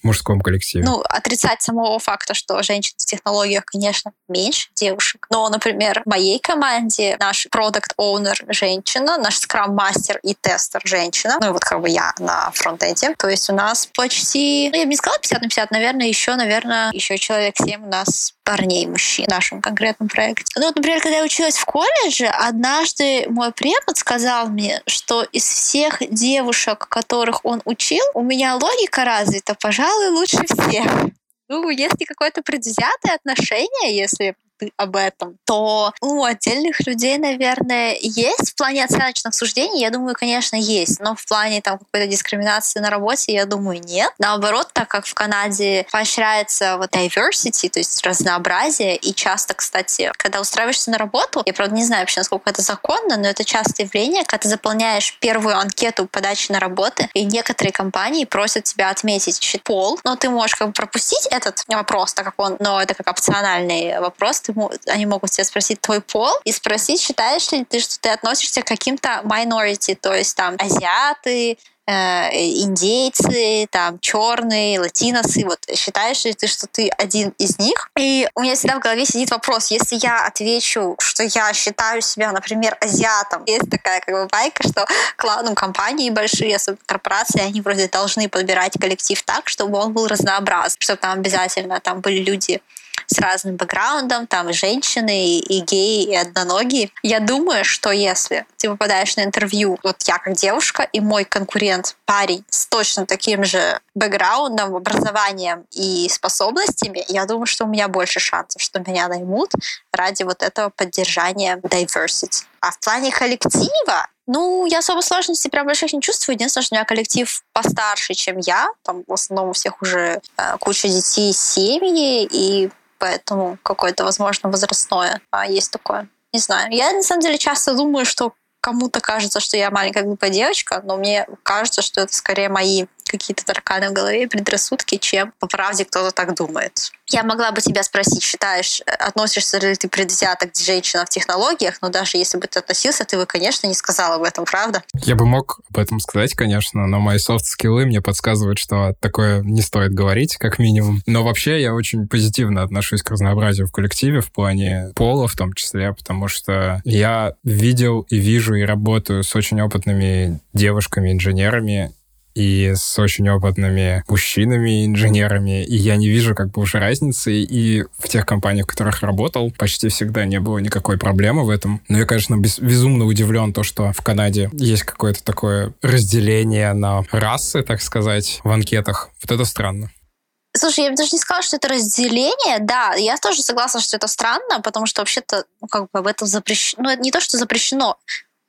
мужском коллективе? Ну, отрицать самого факта, что женщин в технологиях, конечно, меньше девушек. Но, например, в моей команде наш продакт-оунер женщина, наш скрам-мастер и тестер женщина. Ну, и вот как бы я на фронтенде. То есть у нас почти, ну, я бы не сказала пятьдесят на пятьдесят, наверное, еще, наверное, еще человек семь у нас парней, мужчин в нашем конкретном проекте. Ну, вот, например, когда я училась в колледже, однажды мой препод сказал мне, что из всех девушек, которых он учил, у меня логика развита, пожалуй, лучше всех. Ну, если какое-то предвзятое отношение, если ты об этом, то у отдельных людей, наверное, есть. В плане оценочных суждений, я думаю, конечно, есть. Но в плане там какой-то дискриминации на работе, я думаю, нет. Наоборот, так как в Канаде поощряется вот diversity, то есть разнообразие, и часто, кстати, когда устраиваешься на работу, я, правда, не знаю вообще, насколько это законно, но это частое явление, когда ты заполняешь первую анкету подачи на работу, и некоторые компании просят тебя отметить пол, но ты можешь как бы пропустить этот вопрос, так как он, но это как опциональный вопрос, они могут тебя спросить твой пол и спросить, считаешь ли ты, что ты относишься к каким-то minority, то есть там азиаты, э, индейцы, там черные, латиносы, вот считаешь ли ты, что ты один из них? И у меня всегда в голове сидит вопрос, если я отвечу, что я считаю себя, например, азиатом, есть такая как бы байка, что ну, компании большие, особенно корпорации, они вроде должны подбирать коллектив так, чтобы он был разнообразен, чтобы там обязательно там были люди с разным бэкграундом, там и женщины, и, и геи, и одноногие. Я думаю, что если ты попадаешь на интервью, вот я как девушка, и мой конкурент парень с точно таким же бэкграундом, образованием и способностями, я думаю, что у меня больше шансов, что меня наймут ради вот этого поддержания diversity. А в плане коллектива, ну, я особо сложностей прям больших не чувствую. Единственное, что у меня коллектив постарше, чем я. Там в основном у всех уже э, куча детей, семьи, и поэтому какое-то, возможно, возрастное а, есть такое. Не знаю. Я, на самом деле, часто думаю, что кому-то кажется, что я маленькая глупая девочка, но мне кажется, что это скорее мои какие-то тараканы в голове, предрассудки, чем по правде кто-то так думает. Я могла бы тебя спросить, считаешь, относишься ли ты предвзято к женщинам в технологиях, но даже если бы ты относился, ты бы, конечно, не сказал об этом, правда? Я бы мог об этом сказать, конечно, но мои софт-скиллы мне подсказывают, что такое не стоит говорить, как минимум. Но вообще я очень позитивно отношусь к разнообразию в коллективе в плане пола в том числе, потому что я видел и вижу и работаю с очень опытными девушками-инженерами, и с очень опытными мужчинами-инженерами, и я не вижу как бы уже разницы, и в тех компаниях, в которых работал, почти всегда не было никакой проблемы в этом. Но я, конечно, без, безумно удивлен то, что в Канаде есть какое-то такое разделение на расы, так сказать, в анкетах. Вот это странно. Слушай, я бы даже не сказала, что это разделение. Да, я тоже согласна, что это странно, потому что вообще-то, ну, как бы об этом запрещено. Ну, это не то, что запрещено.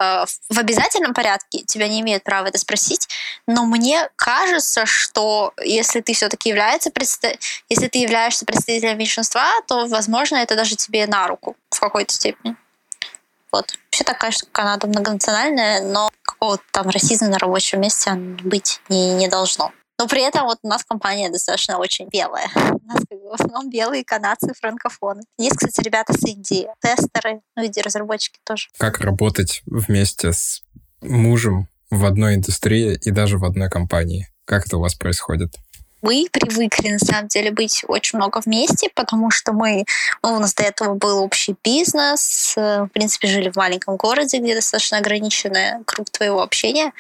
В обязательном порядке тебя не имеют права это спросить, но мне кажется, что если ты все-таки являешься предста... если ты являешься представителем меньшинства, то, возможно, это даже тебе на руку в какой-то степени. Вот. Вообще так, конечно, Канада многонациональная, но какого-то там расизма на рабочем месте быть не, не должно. Но при этом вот у нас компания достаточно очень белая. У нас как бы в основном белые канадцы, франкофоны. Есть, кстати, ребята с Индии, тестеры, ну и разработчики тоже. Как работать вместе с мужем в одной индустрии и даже в одной компании? Как это у вас происходит? Мы привыкли, на самом деле, быть очень много вместе, потому что мы, ну, у нас до этого был общий бизнес, в принципе, жили в маленьком городе, где достаточно ограниченный круг твоего общения.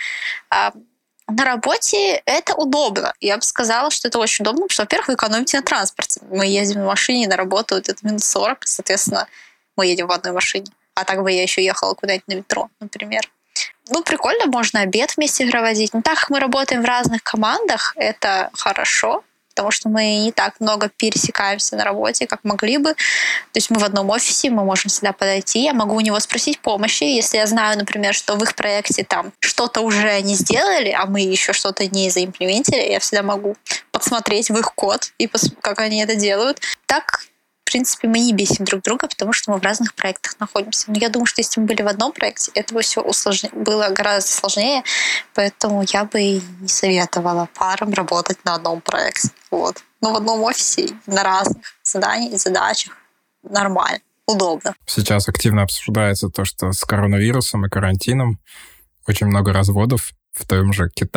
На работе это удобно. Я бы сказала, что это очень удобно, потому что, во-первых, вы экономите на транспорте. Мы ездим на машине на работу, вот это минут сорок, соответственно, мы едем в одной машине. А так бы я еще ехала куда-нибудь на метро, например. Ну, прикольно, можно обед вместе проводить. Но так как мы работаем в разных командах, это хорошо, потому что мы не так много пересекаемся на работе, как могли бы. То есть мы в одном офисе, мы можем всегда подойти, я могу у него спросить помощи. Если я знаю, например, что в их проекте там что-то уже не сделали, а мы еще что-то не заимплементили, я всегда могу подсмотреть в их код, и пос- как они это делают. Так, в принципе, мы не бесим друг друга, потому что мы в разных проектах находимся. Но я думаю, что если мы были в одном проекте, это бы все усложн... было гораздо сложнее, поэтому я бы и не советовала парам работать на одном проекте. Вот. Но в одном офисе, на разных заданиях, задачах нормально, удобно. Сейчас активно обсуждается то, что с коронавирусом и карантином очень много разводов в том же Китае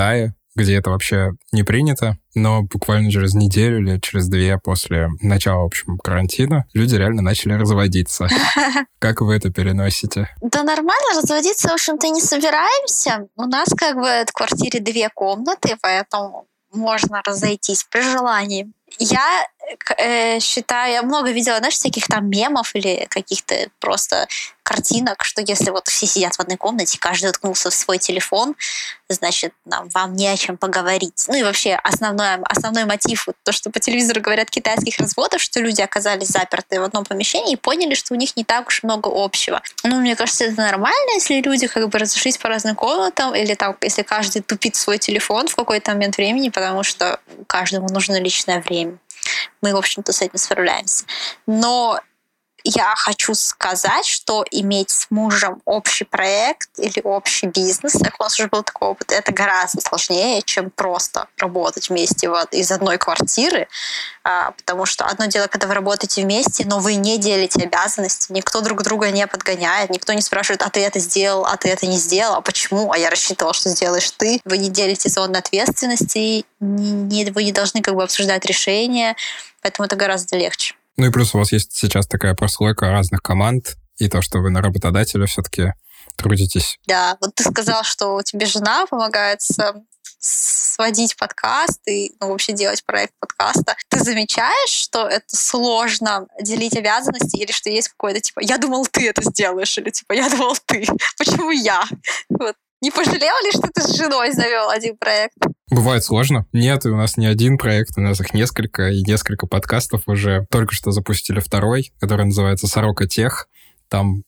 где это вообще не принято, но буквально через неделю или через две после начала, в общем, карантина люди реально начали разводиться. Как вы это переносите? Да нормально, разводиться, в общем-то, не собираемся. У нас как бы в квартире две комнаты, поэтому можно разойтись при желании. Я э, считаю, я много видела, знаешь, всяких там мемов или каких-то просто картинок, что если вот все сидят в одной комнате, каждый уткнулся в свой телефон, значит, нам, вам не о чем поговорить. Ну и вообще основной, основной мотив, вот то, что по телевизору говорят китайских разводов, что люди оказались заперты в одном помещении и поняли, что у них не так уж много общего. Ну, мне кажется, это нормально, если люди как бы разошлись по разным комнатам, или там, если каждый тупит свой телефон в какой-то момент времени, потому что каждому нужно личное время. Мы, в общем-то, с этим справляемся. Но я хочу сказать, что иметь с мужем общий проект или общий бизнес, как у нас уже был такой опыт, это гораздо сложнее, чем просто работать вместе вот из одной квартиры, а, потому что одно дело, когда вы работаете вместе, но вы не делите обязанности, никто друг друга не подгоняет, никто не спрашивает, а ты это сделал, а ты это не сделал, а почему, а я рассчитывала, что сделаешь ты. Вы не делите зоны ответственности, не, вы не должны как бы обсуждать решения, поэтому это гораздо легче. Ну и плюс у вас есть сейчас такая прослойка разных команд, и то, что вы на работодателя все-таки трудитесь. Да, вот ты сказал, что тебе жена помогает сводить подкаст и ну, вообще делать проект подкаста. Ты замечаешь, что это сложно делить обязанности или что есть какое-то типа «я думал, ты это сделаешь» или типа «я думал, ты». Почему я? Вот. Не пожалел ли, что ты с женой завел один проект? Бывает сложно. Нет, у нас не один проект, у нас их несколько, и несколько подкастов уже. Только что запустили второй, который называется «Сорока Тех». Там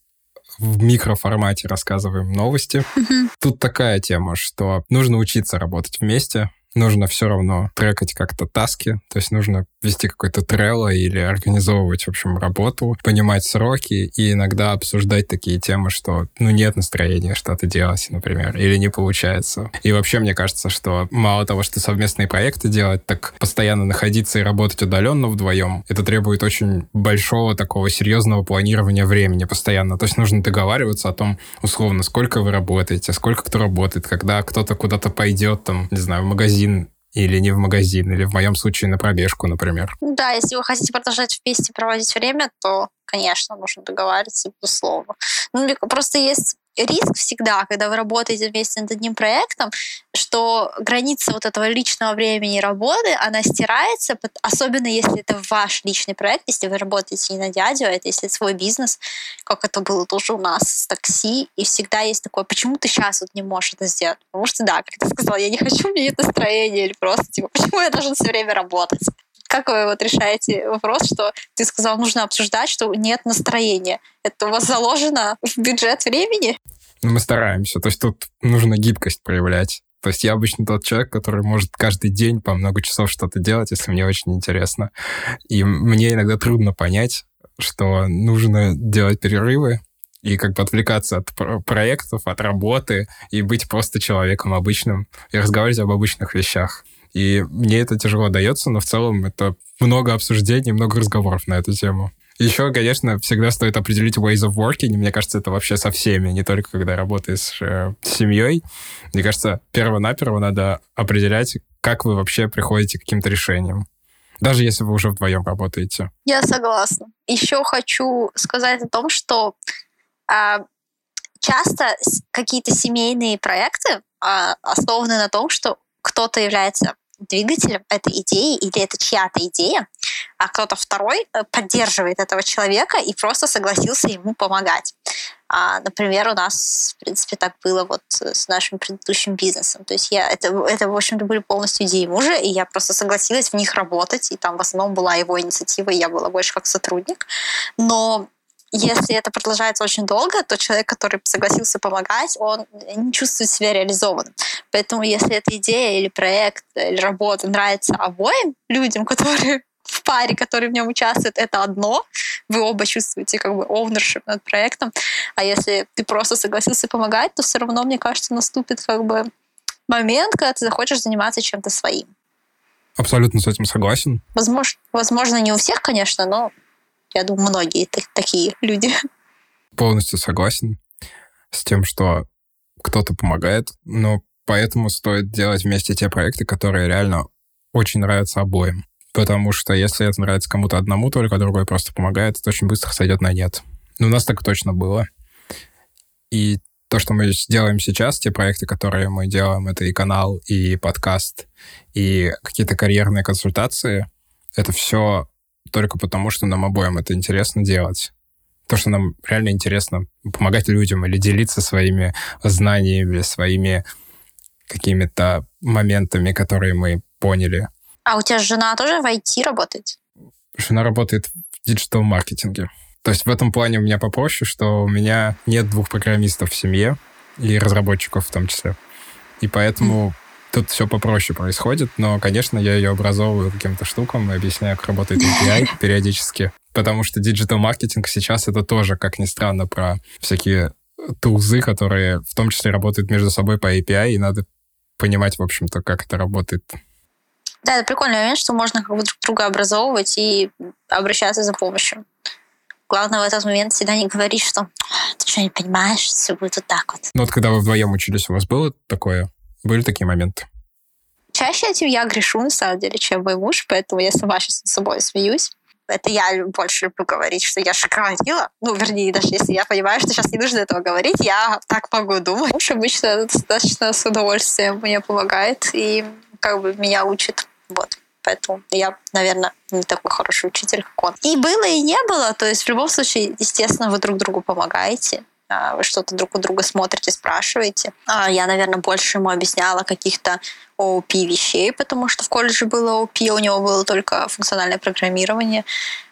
в микроформате рассказываем новости. Mm-hmm. Тут такая тема, что нужно учиться работать вместе, нужно все равно трекать как-то таски, то есть нужно вести какой-то трелло или организовывать, в общем, работу, понимать сроки и иногда обсуждать такие темы, что, ну, нет настроения что-то делать, например, или не получается. И вообще, мне кажется, что мало того, что совместные проекты делать, так постоянно находиться и работать удаленно вдвоем, это требует очень большого такого серьезного планирования времени постоянно. То есть нужно договариваться о том, условно, сколько вы работаете, сколько кто работает, когда кто-то куда-то пойдет, там, не знаю, в магазин, или не в магазин, или в моем случае на пробежку, например. Да, если вы хотите продолжать вместе проводить время, то, конечно, нужно договариваться, безусловно. Ну, просто есть риск всегда, когда вы работаете вместе над одним проектом, что граница вот этого личного времени и работы, она стирается, особенно если это ваш личный проект, если вы работаете не на дядю, а это если это свой бизнес, как это было тоже у нас с такси, и всегда есть такое, почему ты сейчас вот не можешь это сделать? Потому что, да, как ты сказала, я не хочу, у меня нет настроения, или просто, типа, почему я должен все время работать? Как вы вот решаете вопрос, что ты сказал, нужно обсуждать, что нет настроения? Это у вас заложено в бюджет времени? Ну, мы стараемся. То есть тут нужно гибкость проявлять. То есть я обычно тот человек, который может каждый день по много часов что-то делать, если мне очень интересно. И мне иногда трудно понять, что нужно делать перерывы и как бы отвлекаться от проектов, от работы и быть просто человеком обычным и разговаривать об обычных вещах. И мне это тяжело дается, но в целом это много обсуждений, много разговоров на эту тему. Еще, конечно, всегда стоит определить ways of working. Мне кажется, это вообще со всеми, не только когда работаешь э, с семьей. Мне кажется, перво-наперво надо определять, как вы вообще приходите к каким-то решениям. Даже если вы уже вдвоем работаете. Я согласна. Еще хочу сказать о том, что э, часто какие-то семейные проекты э, основаны на том, что кто-то является двигателем этой идеи или это чья-то идея, а кто-то второй поддерживает этого человека и просто согласился ему помогать. А, например, у нас, в принципе, так было вот с нашим предыдущим бизнесом. То есть я, это, это, в общем-то, были полностью идеи мужа, и я просто согласилась в них работать, и там в основном была его инициатива, и я была больше как сотрудник. Но если это продолжается очень долго, то человек, который согласился помогать, он не чувствует себя реализованным. Поэтому если эта идея или проект, или работа нравится обоим людям, которые в паре, которые в нем участвуют, это одно, вы оба чувствуете как бы ownership над проектом. А если ты просто согласился помогать, то все равно, мне кажется, наступит как бы момент, когда ты захочешь заниматься чем-то своим. Абсолютно с этим согласен. Возможно, возможно не у всех, конечно, но я думаю, многие такие люди. Полностью согласен с тем, что кто-то помогает, но поэтому стоит делать вместе те проекты, которые реально очень нравятся обоим. Потому что если это нравится кому-то одному, только другой просто помогает, это очень быстро сойдет на нет. Ну, у нас так точно было. И то, что мы делаем сейчас, те проекты, которые мы делаем, это и канал, и подкаст, и какие-то карьерные консультации, это все только потому, что нам обоим это интересно делать. То, что нам реально интересно помогать людям или делиться своими знаниями, своими какими-то моментами, которые мы поняли. А у тебя жена тоже в ай ти работает? Жена работает в диджитал-маркетинге. То есть в этом плане у меня попроще, что у меня нет двух программистов в семье, и разработчиков в том числе. И поэтому mm. тут все попроще происходит. Но, конечно, я ее образовываю каким-то штукам и объясняю, как работает эй пи ай периодически. Потому что диджитал-маркетинг сейчас это тоже, как ни странно, про всякие тулзы, которые в том числе работают между собой по эй пи ай, и надо понимать, в общем-то, как это работает. Да, это прикольный момент, что можно как бы друг друга образовывать и обращаться за помощью. Главное в этот момент всегда не говорить, что ты что, не понимаешь, все будет вот так вот. Ну вот когда вы вдвоем учились, у вас было такое? Были такие моменты? Чаще этим я грешу, на самом деле, чем мой муж, поэтому я сама сейчас над собой смеюсь. Это я больше люблю говорить, что я же говорила. Ну, вернее, даже если я понимаю, что сейчас не нужно этого говорить, я так могу думать. Муж обычно достаточно с удовольствием мне помогает и как бы меня учит. Вот. Поэтому я, наверное, не такой хороший учитель, как он. И было, и не было. То есть в любом случае, естественно, вы друг другу помогаете. Вы что-то друг у друга смотрите, спрашиваете. Я, наверное, больше ему объясняла каких-то о пи вещей, потому что в колледже было о пи, у него было только функциональное программирование.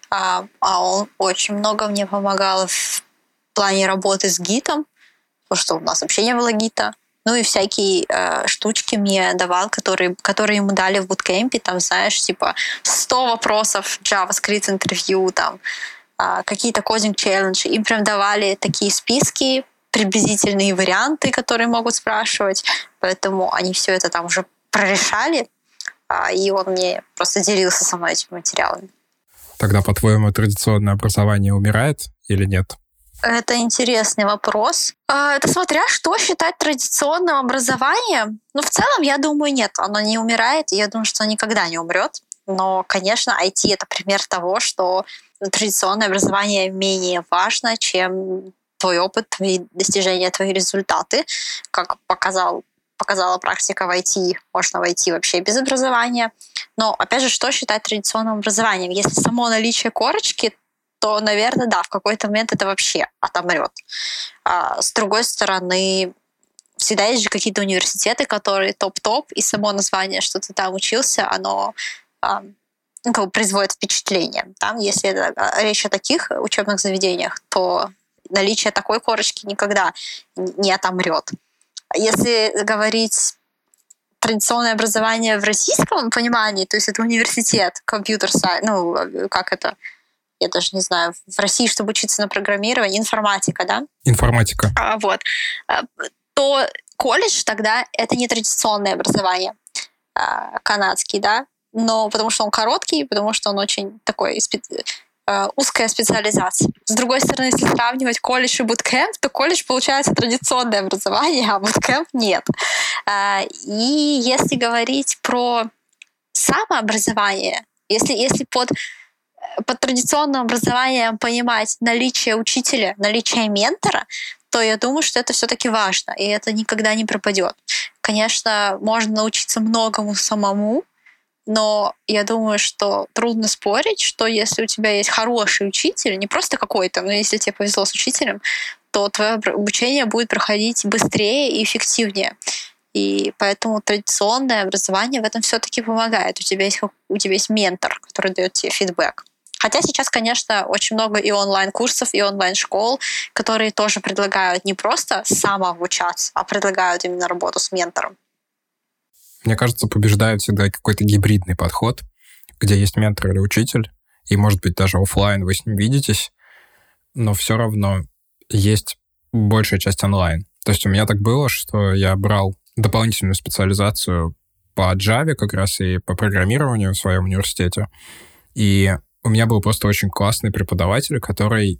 А он очень много мне помогал в плане работы с гитом, потому что у нас вообще не было гита. Ну и всякие э, штучки мне давал, которые, которые ему дали в буткемпе, там, знаешь, типа сто вопросов JavaScript интервью, там, э, какие-то кодинг-челленджи. Им прям давали такие списки, приблизительные варианты, которые могут спрашивать. Поэтому они все это там уже прорешали, э, и он мне просто делился со мной этими материалами. Тогда, по-твоему, традиционное образование умирает или нет? Это интересный вопрос. Это смотря, что считать традиционным образованием. Ну, в целом, я думаю, нет, оно не умирает, и я думаю, что оно никогда не умрет. Но, конечно, ай ти — это пример того, что традиционное образование менее важно, чем твой опыт, твои достижения, твои результаты. Как показал, показала практика в ай ти, можно войти вообще без образования. Но, опять же, что считать традиционным образованием? Если само наличие корочки, то, наверное, да, в какой-то момент это вообще отомрет. А с другой стороны, всегда есть же какие-то университеты, которые топ-топ, и само название, что ты там учился, оно а, ну, как бы производит впечатление. Там, если это, речь о таких учебных заведениях, то наличие такой корочки никогда не отомрет. Если говорить традиционное образование в российском понимании, то есть это университет, компьютер-сайенс, ну, как это... я даже не знаю, в России, чтобы учиться на программировании, информатика, да? Информатика. А, вот. То колледж тогда это не традиционное образование а, канадский, да? Но потому что он короткий, потому что он очень такой специ... узкая специализация. С другой стороны, если сравнивать колледж и буткэмп, то колледж получается традиционное образование, а буткэмп нет. А, и если говорить про самообразование, если, если под под традиционным образованием понимать наличие учителя, наличие ментора, то я думаю, что это все-таки важно, и это никогда не пропадет. Конечно, можно научиться многому самому, но я думаю, что трудно спорить, что если у тебя есть хороший учитель, не просто какой-то, но если тебе повезло с учителем, то твое обучение будет проходить быстрее и эффективнее. И поэтому традиционное образование в этом все-таки помогает. У тебя есть, у тебя есть ментор, который дает тебе фидбэк. Хотя сейчас, конечно, очень много и онлайн-курсов, и онлайн-школ, которые тоже предлагают не просто самообучаться, а предлагают именно работу с ментором. Мне кажется, побеждает всегда какой-то гибридный подход, где есть ментор или учитель, и, может быть, даже офлайн вы с ним видитесь, но все равно есть большая часть онлайн. То есть у меня так было, что я брал дополнительную специализацию по Java как раз и по программированию в своем университете, и у меня был просто очень классный преподаватель, который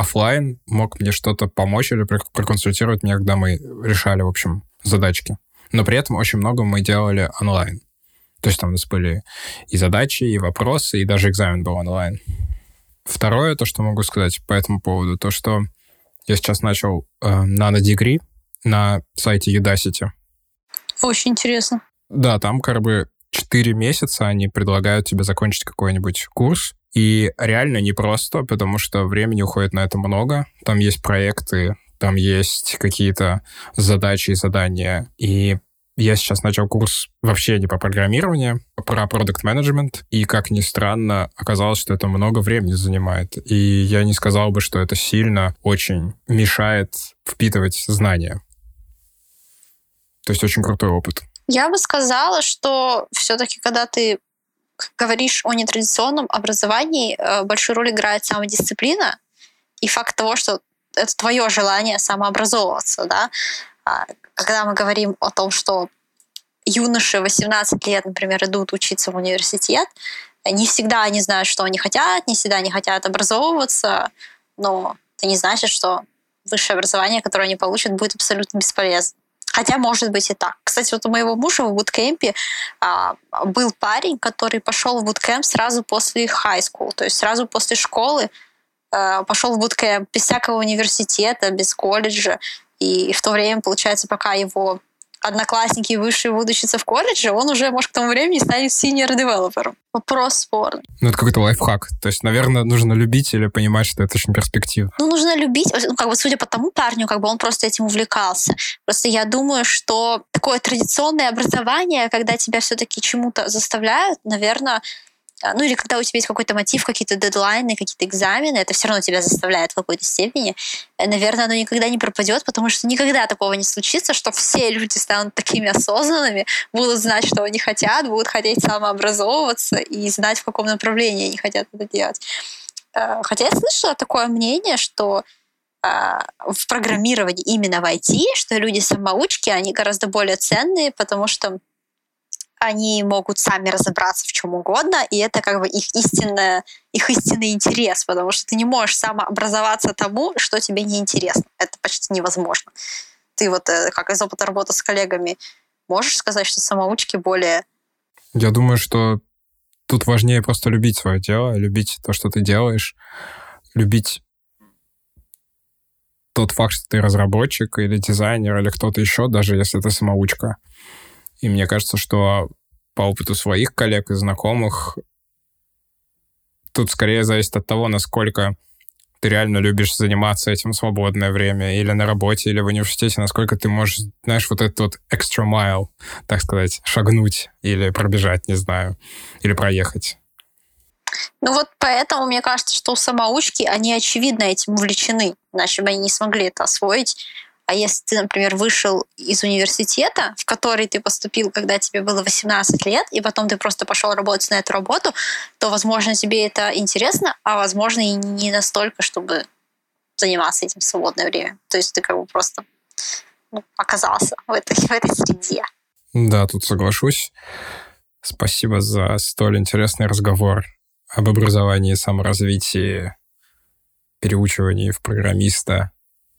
офлайн мог мне что-то помочь или проконсультировать меня, когда мы решали, в общем, задачки. но при этом очень много мы делали онлайн. То есть там у нас были и задачи, и вопросы, и даже экзамен был онлайн. Второе, то, что могу сказать по этому поводу, то, что я сейчас начал э, нано-дегри на сайте Udacity. Очень интересно. Да, там как бы четыре месяца они предлагают тебе закончить какой-нибудь курс. И реально непросто, потому что времени уходит на это много. Там есть проекты, там есть какие-то задачи и задания. И я сейчас начал курс вообще не по программированию, а про продакт-менеджмент. И, как ни странно, оказалось, что это много времени занимает. И я не сказал бы, что это сильно очень мешает впитывать знания. То есть очень крутой опыт. Я бы сказала, что все-таки, когда ты говоришь о нетрадиционном образовании, большую роль играет самодисциплина и факт того, что это твое желание самообразовываться, да. Когда мы говорим о том, что юноши восемнадцать лет, например, идут учиться в университет, не всегда они знают, что они хотят, не всегда они хотят образовываться, но это не значит, что высшее образование, которое они получат, будет абсолютно бесполезно. Хотя, может быть, и так. Кстати, вот у моего мужа в буткемпе а, был парень, который пошел в буткемп сразу после high school, то есть сразу после школы а, пошел в буткемп без всякого университета, без колледжа. И в то время, получается, пока его одноклассники высшие будут учиться в колледже, он уже, может, к тому времени станет senior-девелопером. Вопрос спорный. Ну, это какой-то лайфхак. То есть, наверное, нужно любить или понимать, что это очень перспективно. Ну, нужно любить. Ну, как бы, судя по тому парню, как бы он просто этим увлекался. Просто я думаю, что такое традиционное образование, когда тебя все-таки чему-то заставляют, наверное, ну или когда у тебя есть какой-то мотив, какие-то дедлайны, какие-то экзамены, это все равно тебя заставляет в какой-то степени. Наверное, оно никогда не пропадет, потому что никогда такого не случится, что все люди станут такими осознанными, будут знать, что они хотят, будут хотеть самообразовываться и знать, в каком направлении они хотят это делать. Хотя я слышала такое мнение, что в программировании, именно в ай ти, что люди-самоучки, они гораздо более ценные, потому что они могут сами разобраться в чем угодно, и это как бы их, истинная, их истинный интерес, потому что ты не можешь самообразоваться тому, что тебе не интересно. Это почти невозможно. Ты вот, как из опыта работы с коллегами, можешь сказать, что самоучки более... Я думаю, что тут важнее просто любить свое дело, любить то, что ты делаешь, любить тот факт, что ты разработчик или дизайнер, или кто-то еще, даже если ты самоучка. И мне кажется, что по опыту своих коллег и знакомых тут скорее зависит от того, насколько ты реально любишь заниматься этим в свободное время, или на работе, или в университете, насколько ты можешь, знаешь, вот этот вот extra mile, так сказать, шагнуть или пробежать, не знаю, или проехать. Ну вот поэтому мне кажется, что самоучки, они очевидно этим увлечены, иначе бы они не смогли это освоить. А если ты, например, вышел из университета, в который ты поступил, когда тебе было восемнадцать лет, и потом ты просто пошел работать на эту работу, то, возможно, тебе это интересно, а, возможно, и не настолько, чтобы заниматься этим в свободное время. То есть ты как бы просто ну, оказался в этой, в этой среде. Да, тут соглашусь. Спасибо за столь интересный разговор об образовании, саморазвитии, переучивании в программиста.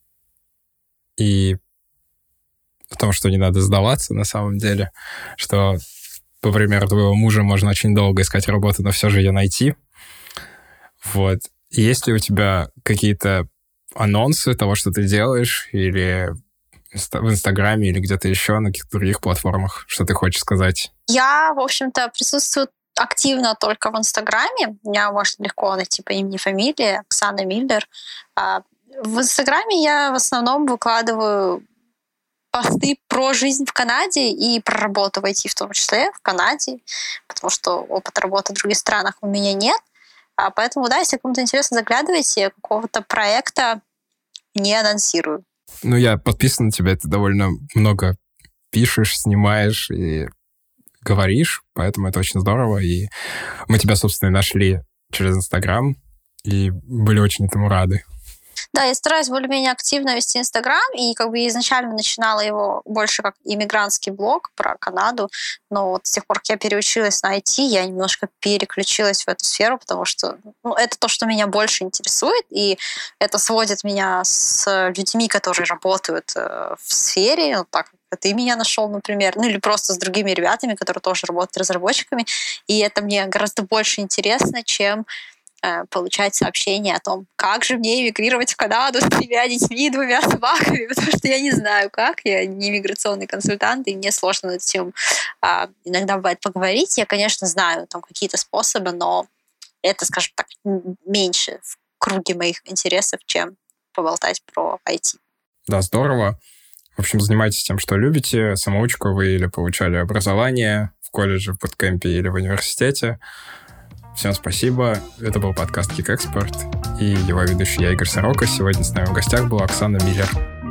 И о том, что не надо сдаваться на самом деле, что, по примеру твоего мужа, можно очень долго искать работу, но все же ее найти. Вот. И есть ли у тебя какие-то анонсы того, что ты делаешь, или в Инстаграме, или где-то еще, на каких-то других платформах, что ты хочешь сказать? Я, в общем-то, присутствую активно только в Инстаграме. Меня можно легко найти по имени, фамилии, Оксана Миллер. В Инстаграме я в основном выкладываю посты про жизнь в Канаде и про работу в ай ти в том числе в Канаде, потому что опыта работы в других странах у меня нет. А поэтому, да, если кому-то интересно, заглядывайте, какого-то проекта не анонсирую. Ну, я подписан на тебя, ты довольно много пишешь, снимаешь и говоришь, поэтому это очень здорово. И мы тебя, собственно, и нашли через Инстаграм и были очень этому рады. Да, я стараюсь более-менее активно вести Инстаграм, и как бы изначально начинала его больше как иммигрантский блог про Канаду, но вот с тех пор, как я переучилась на ай ти, я немножко переключилась в эту сферу, потому что ну, это то, что меня больше интересует, и это сводит меня с людьми, которые работают в сфере, ну, так ты меня нашел, например, ну или просто с другими ребятами, которые тоже работают разработчиками, и это мне гораздо больше интересно, чем э, получать сообщения о том, как же мне эмигрировать в Канаду с тремя детьми и двумя собаками, потому что я не знаю, как, я не миграционный консультант, и мне сложно над этим э, иногда бывает поговорить. Я, конечно, знаю там какие-то способы, но это, скажем так, меньше в круге моих интересов, чем поболтать про ай ти. Да, здорово. В общем, занимайтесь тем, что любите. Самоучку вы или получали образование в колледже, в буткемпе или в университете. Всем спасибо. Это был подкаст Geek Expert и его ведущий я, Игорь Сорока. Сегодня с нами в гостях была Оксана Миллер.